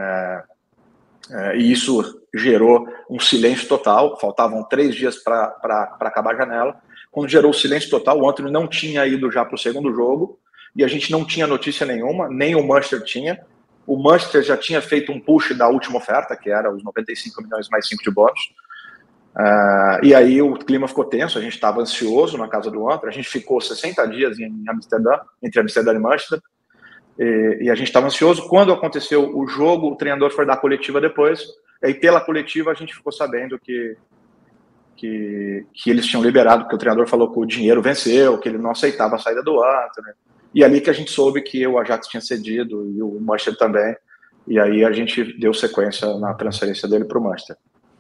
E isso gerou um silêncio total. Faltavam 3 dias para acabar a janela. Quando gerou o silêncio total, o Antony não tinha ido já para o segundo jogo e a gente não tinha notícia nenhuma, nem o Manchester tinha. O Manchester já tinha feito um push da última oferta, que era os 95 milhões mais 5 de bônus. E aí o clima ficou tenso, a gente estava ansioso na casa do Antony. A gente ficou 60 dias em Amsterdã, entre Amsterdã e Manchester. E a gente estava ansioso. Quando aconteceu o jogo, o treinador foi dar a coletiva depois. E aí, pela coletiva, a gente ficou sabendo que eles tinham liberado, que o treinador falou que o dinheiro venceu, que ele não aceitava a saída do Antony. E ali que a gente soube que o Ajax tinha cedido e o Manchester também. E aí a gente deu sequência na transferência dele para o Manchester.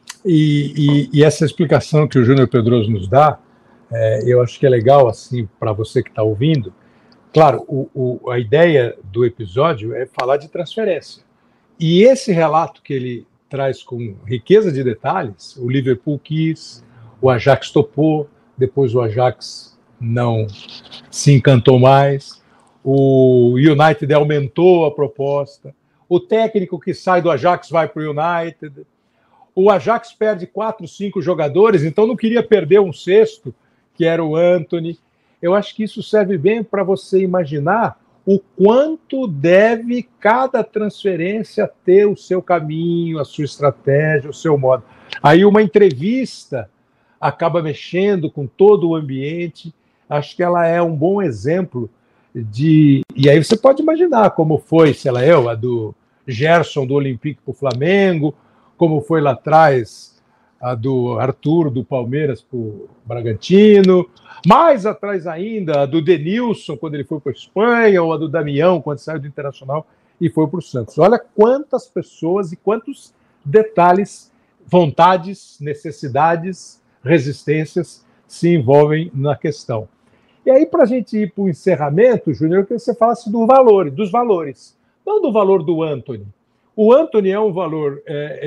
E essa explicação que o Júnior Pedroso nos dá, eu acho que é legal, assim, para você que está ouvindo. Claro, a ideia do episódio é falar de transferência. E esse relato que ele traz com riqueza de detalhes, o Liverpool quis, o Ajax topou, depois o Ajax não se encantou mais, o United aumentou a proposta, o técnico que sai do Ajax vai para o United, o Ajax perde 4, 5 jogadores, então não queria perder um sexto, que era o Antony. Eu acho que isso serve bem para você imaginar o quanto deve cada transferência ter o seu caminho, a sua estratégia, o seu modo. Aí uma entrevista acaba mexendo com todo o ambiente. Acho que ela é um bom exemplo de... E aí você pode imaginar como foi, sei lá, a do Gerson do Olympique para o Flamengo, como foi lá atrás a do Arthur do Palmeiras para o Bragantino, mais atrás ainda a do Denilson quando ele foi para a Espanha, ou a do Damião quando saiu do Internacional e foi para o Santos. Olha quantas pessoas e quantos detalhes, vontades, necessidades, resistências se envolvem na questão. E aí, para a gente ir para o encerramento, Júnior, eu queria que você falasse dos valores, não do valor do Antony. O Antony é um valor,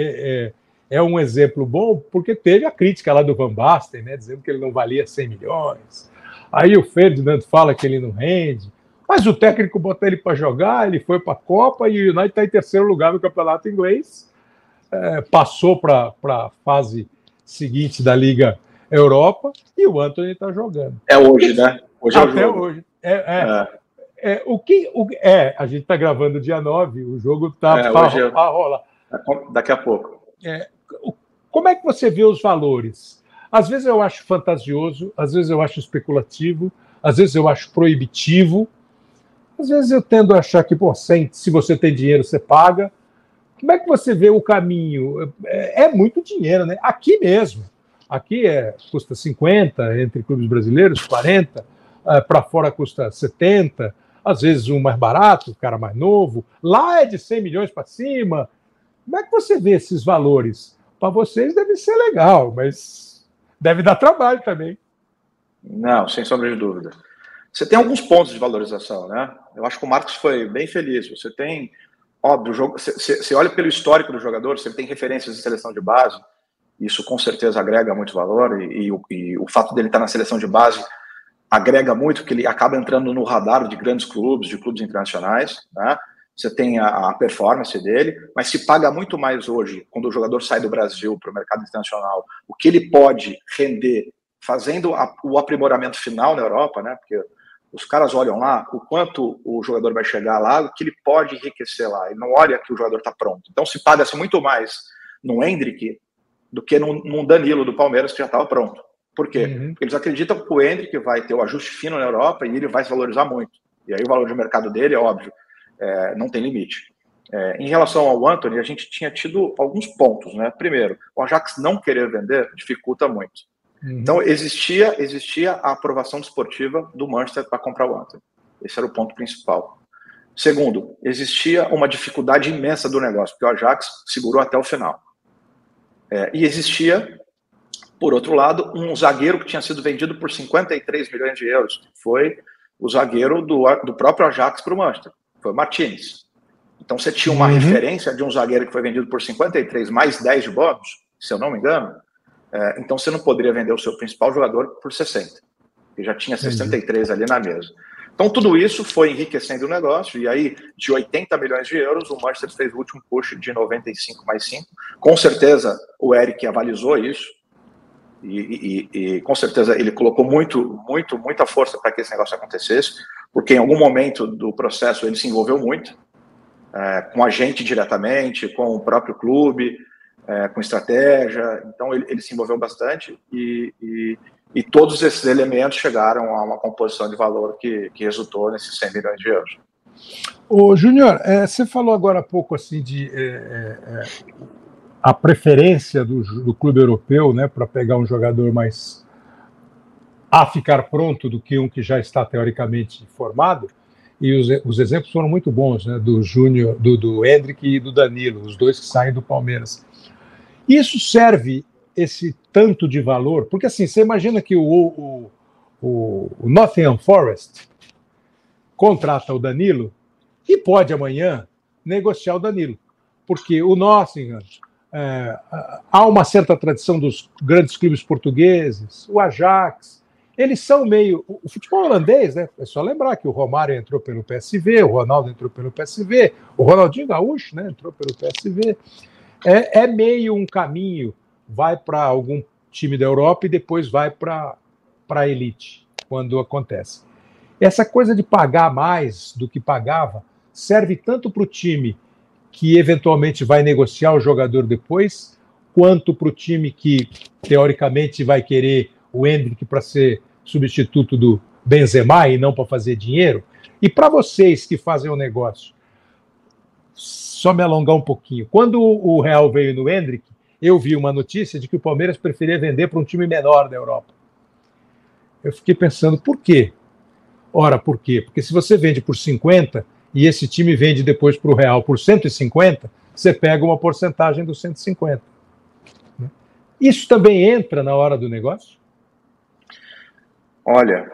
é um exemplo bom, porque teve a crítica lá do Van Basten, né, dizendo que ele não valia 100 milhões. Aí o Ferdinand fala que ele não rende, mas o técnico botou ele para jogar, ele foi para a Copa e o United está em terceiro lugar no campeonato inglês, passou para a fase seguinte da Liga Europa e o Antony está jogando. É hoje, né? Hoje é o jogo. Hoje. A gente está gravando dia 9, o jogo está para rolar. Daqui a pouco. Como é que você vê os valores? Às vezes eu acho fantasioso, às vezes eu acho especulativo, às vezes eu acho proibitivo, às vezes eu tendo a achar que, se você tem dinheiro, você paga. Como é que você vê o caminho? É muito dinheiro, né? Aqui mesmo. Aqui custa 50, entre clubes brasileiros, 40, para fora custa 70, às vezes um mais barato, o cara mais novo. Lá é de 100 milhões para cima. Como é que você vê esses valores? Para vocês deve ser legal, mas deve dar trabalho também. Não, sem sombra de dúvida. Você tem alguns pontos de valorização, né? Eu acho que o Marcos foi bem feliz. Você tem, óbvio, você olha pelo histórico do jogador, você tem referências de seleção de base, isso com certeza agrega muito valor, e o fato dele estar na seleção de base agrega muito, porque ele acaba entrando no radar de grandes clubes, de clubes internacionais, né? Você tem a performance dele, mas se paga muito mais hoje, quando o jogador sai do Brasil para o mercado internacional, o que ele pode render fazendo o aprimoramento final na Europa, né? Porque os caras olham lá o quanto o jogador vai chegar lá, o que ele pode enriquecer lá. Ele não olha que o jogador está pronto. Então se paga-se muito mais no Endrick do que num Danilo do Palmeiras, que já estava pronto. Por quê? Porque eles acreditam que o Endrick vai ter o ajuste fino na Europa e ele vai se valorizar muito. E aí o valor de mercado dele, é óbvio, não tem limite. Em relação ao Antony, a gente tinha tido alguns pontos, né? Primeiro, o Ajax não querer vender dificulta muito. Então, existia a aprovação desportiva do Manchester para comprar o Antony. Esse era o ponto principal. Segundo, existia uma dificuldade imensa do negócio, porque o Ajax segurou até o final. E existia, por outro lado, um zagueiro que tinha sido vendido por 53 milhões de euros. Foi o zagueiro do próprio Ajax para o Manchester. Foi o Martínez. Então, você tinha uma referência de um zagueiro que foi vendido por 53 mais 10 de bônus, se eu não me engano. Então, você não poderia vender o seu principal jogador por 60. Ele já tinha 63 ali na mesa. Então, tudo isso foi enriquecendo o negócio. E aí, de 80 milhões de euros, o Manchester fez o último push de 95 mais 5. Com certeza, o Eric avalizou isso. E com certeza, ele colocou muita força para que esse negócio acontecesse. Porque em algum momento do processo, ele se envolveu muito. Com a gente diretamente, com o próprio clube, com estratégia. Então, ele se envolveu bastante e todos esses elementos chegaram a uma composição de valor que resultou nesses 100 milhões de euros. Ô, Júnior, você falou agora há pouco assim, de a preferência do clube europeu, né, para pegar um jogador mais a ficar pronto do que um que já está teoricamente formado. E os exemplos foram muito bons, né, do Júnior, do Endrick e do Danilo, os dois que saem do Palmeiras. Isso serve esse tanto de valor, porque assim, você imagina que o Nottingham Forest contrata o Danilo e pode amanhã negociar o Danilo, porque o Nottingham, há uma certa tradição dos grandes clubes portugueses, o Ajax, eles são meio... O futebol holandês, né? É só lembrar que o Romário entrou pelo PSV, o Ronaldo entrou pelo PSV, o Ronaldinho Gaúcho, né, entrou pelo PSV. É meio um caminho, vai para algum time da Europa e depois vai para a elite, quando acontece. Essa coisa de pagar mais do que pagava serve tanto para o time que eventualmente vai negociar o jogador depois, quanto para o time que, teoricamente, vai querer o Endrick para ser substituto do Benzema e não para fazer dinheiro. E para vocês que fazem o negócio, só me alongar um pouquinho. Quando o Real veio no Endrick, eu vi uma notícia de que o Palmeiras preferia vender para um time menor da Europa. Eu fiquei pensando, por quê? Ora, por quê? Porque se você vende por 50 e esse time vende depois para o Real por 150, você pega uma porcentagem dos 150. Isso também entra na hora do negócio? Olha,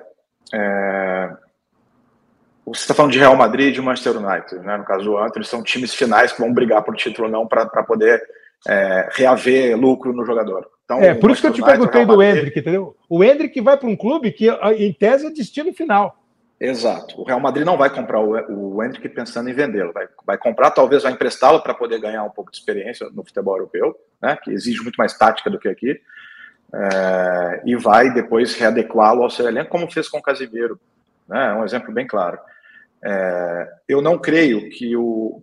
você está falando de Real Madrid e de Manchester United, né? No caso do Antony, são times finais que vão brigar por título ou não para poder reaver lucro no jogador. Então, por isso que eu te perguntei do Endrick, entendeu? O Endrick vai para um clube que, em tese, é destino final. Exato. O Real Madrid não vai comprar o Endrick pensando em vendê-lo. Vai comprar, talvez vai emprestá-lo para poder ganhar um pouco de experiência no futebol europeu, né? Que exige muito mais tática do que aqui. E vai depois readequá-lo ao seu elenco, como fez com o Casemiro, né? É um exemplo bem claro. Eu não creio que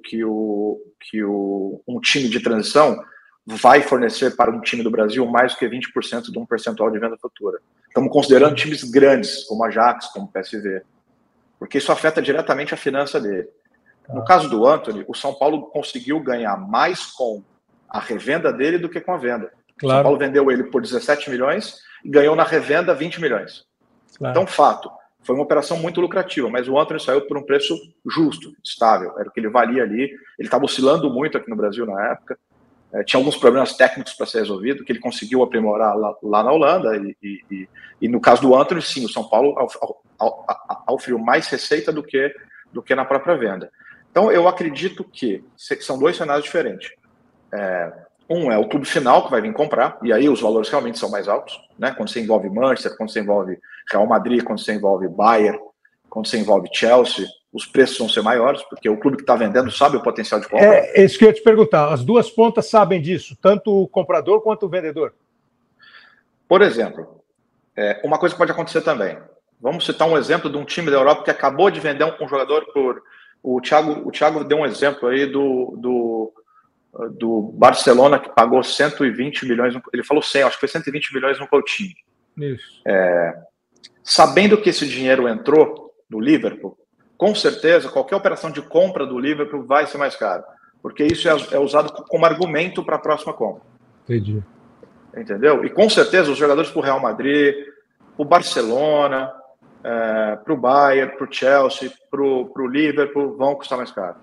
um time de transição vai fornecer para um time do Brasil mais do que 20% de um percentual de venda futura. Estamos considerando times grandes, como a Ajax, como o PSV, porque isso afeta diretamente a finança dele. No caso do Antony, o São Paulo conseguiu ganhar mais com a revenda dele do que com a venda. Claro. O São Paulo vendeu ele por 17 milhões e ganhou na revenda 20 milhões. Claro. Então, fato, foi uma operação muito lucrativa, mas o Antony saiu por um preço justo, estável, era o que ele valia ali. Ele estava oscilando muito aqui no Brasil na época, tinha alguns problemas técnicos para ser resolvido, que ele conseguiu aprimorar lá na Holanda, e no caso do Antony, sim, o São Paulo oferiu mais receita do que na própria venda. Então, eu acredito que são dois cenários diferentes. Um é o clube final que vai vir comprar, e aí os valores realmente são mais altos, né? Quando você envolve Manchester, quando você envolve Real Madrid, quando você envolve Bayern, quando você envolve Chelsea, os preços vão ser maiores, porque o clube que está vendendo sabe o potencial de compra. É isso que eu ia te perguntar. As duas pontas sabem disso, tanto o comprador quanto o vendedor? Por exemplo, uma coisa que pode acontecer também. Vamos citar um exemplo de um time da Europa que acabou de vender um jogador por... O Thiago deu um exemplo aí do Barcelona, que pagou 120 milhões, ele falou 100, acho que foi 120 milhões no Coutinho. Isso. Sabendo que esse dinheiro entrou no Liverpool, com certeza, qualquer operação de compra do Liverpool vai ser mais caro, porque isso é usado como argumento para a próxima compra. Entendi. Entendeu? E com certeza os jogadores para o Real Madrid, para o Barcelona, para o Bayern, para o Chelsea, para o Liverpool, vão custar mais caro.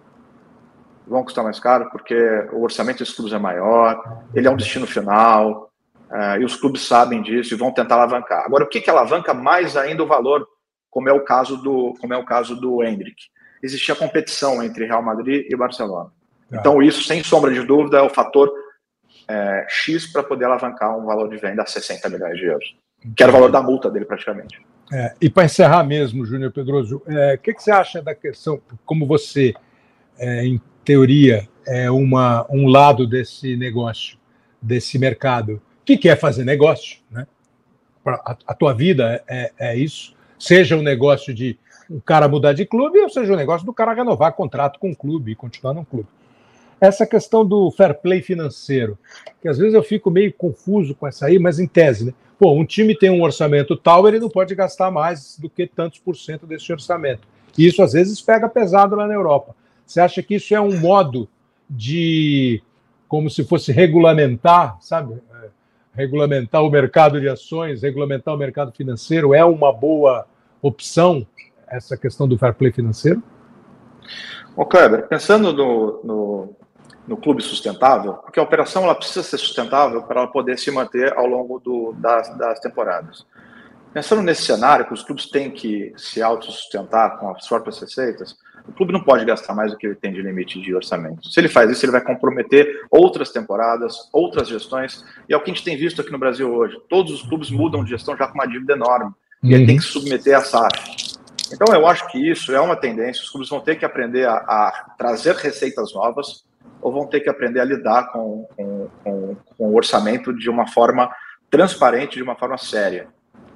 Vão custar mais caro porque o orçamento desses clubes é maior, ele é um destino final, e os clubes sabem disso e vão tentar alavancar. Agora, o que alavanca mais ainda o valor, como é o caso do Endrick? Existia competição entre Real Madrid e Barcelona. Então, isso, sem sombra de dúvida, é o fator X para poder alavancar um valor de venda a 60 milhões de euros, que era o valor da multa dele, praticamente. E para encerrar mesmo, Júnior Pedroso, o que você acha da questão, como você, em teoria, é um lado desse negócio, desse mercado, que quer fazer negócio, né? A tua vida é isso, seja um negócio de um cara mudar de clube, ou seja um negócio do cara renovar contrato com o clube e continuar no clube. Essa questão do fair play financeiro, que às vezes eu fico meio confuso com essa aí, mas em tese, né? Pô, um time tem um orçamento tal, ele não pode gastar mais do que tantos % desse orçamento. E isso às vezes pega pesado lá na Europa. Você acha que isso é um modo de, como se fosse regulamentar, sabe? Regulamentar o mercado de ações, regulamentar o mercado financeiro, é uma boa opção, essa questão do fair play financeiro? Ô, Kleber, pensando no clube sustentável, porque a operação ela precisa ser sustentável para ela poder se manter ao longo das temporadas. Pensando nesse cenário, que os clubes têm que se autossustentar com as próprias receitas, o clube não pode gastar mais do que ele tem de limite de orçamento. Se ele faz isso, ele vai comprometer outras temporadas, outras gestões, e é o que a gente tem visto aqui no Brasil hoje. Todos os clubes mudam de gestão já com uma dívida enorme, e ele tem que se submeter à SAF. Então, eu acho que isso é uma tendência. Os clubes vão ter que aprender a trazer receitas novas, ou vão ter que aprender a lidar com o orçamento de uma forma transparente, de uma forma séria.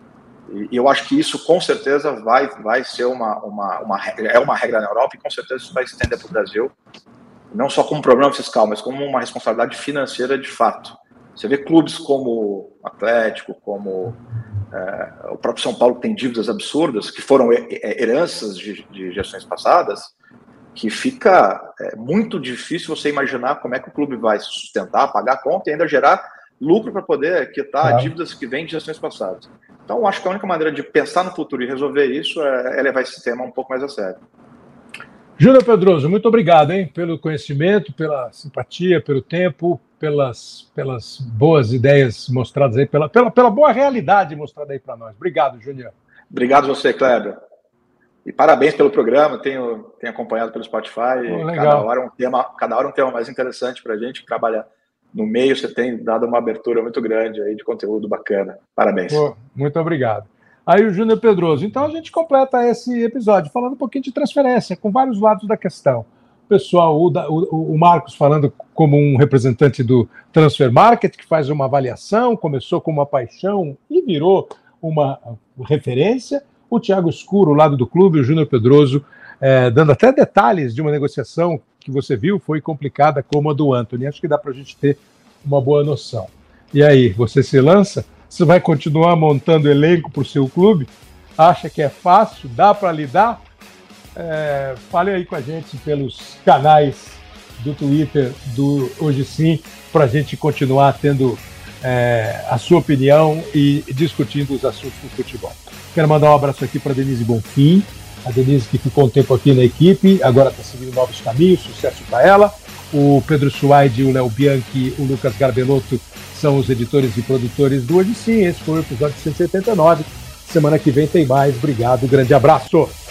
E eu acho que isso, com certeza, vai ser uma regra na Europa, e com certeza isso vai se estender para o Brasil, não só como problema fiscal, mas como uma responsabilidade financeira de fato. Você vê clubes como Atlético, como o próprio São Paulo, que tem dívidas absurdas, que foram heranças de gestões passadas, que fica muito difícil você imaginar como é que o clube vai se sustentar, pagar a conta e ainda gerar lucro para poder quitar dívidas que vêm de gestões passadas. Então, acho que a única maneira de pensar no futuro e resolver isso é levar esse tema um pouco mais a sério. Júnior Pedroso, muito obrigado, hein, pelo conhecimento, pela simpatia, pelo tempo, pelas boas ideias mostradas aí, pela boa realidade mostrada aí para nós. Obrigado, Júnior. Obrigado a você, Kleber. E parabéns pelo programa, tenho acompanhado pelo Spotify. Cada hora um tema mais interessante para a gente que trabalha no meio. Você tem dado uma abertura muito grande aí de conteúdo bacana. Parabéns. Muito obrigado. Aí o Júnior Pedroso. Então a gente completa esse episódio falando um pouquinho de transferência, com vários lados da questão. O pessoal, o Marcos falando como um representante do Transfer Market, que faz uma avaliação, começou com uma paixão e virou uma referência. O Thiago Escuro, lado do clube, o Júnior Pedroso, dando até detalhes de uma negociação que você viu, foi complicada como a do Antony. Acho que dá para a gente ter uma boa noção. E aí, você se lança? Você vai continuar montando elenco para o seu clube? Acha que é fácil? Dá para lidar? Fale aí com a gente pelos canais do Twitter do Hoje Sim, para a gente continuar tendo a sua opinião e discutindo os assuntos do futebol. Quero mandar um abraço aqui para a Denise Bonfim, a Denise que ficou um tempo aqui na equipe, agora está seguindo novos caminhos, sucesso para ela. O Pedro Suaide, o Léo Bianchi, o Lucas Garbelotto são os editores e produtores do Hoje Sim. Esse foi o episódio 179. Semana que vem tem mais. Obrigado, grande abraço.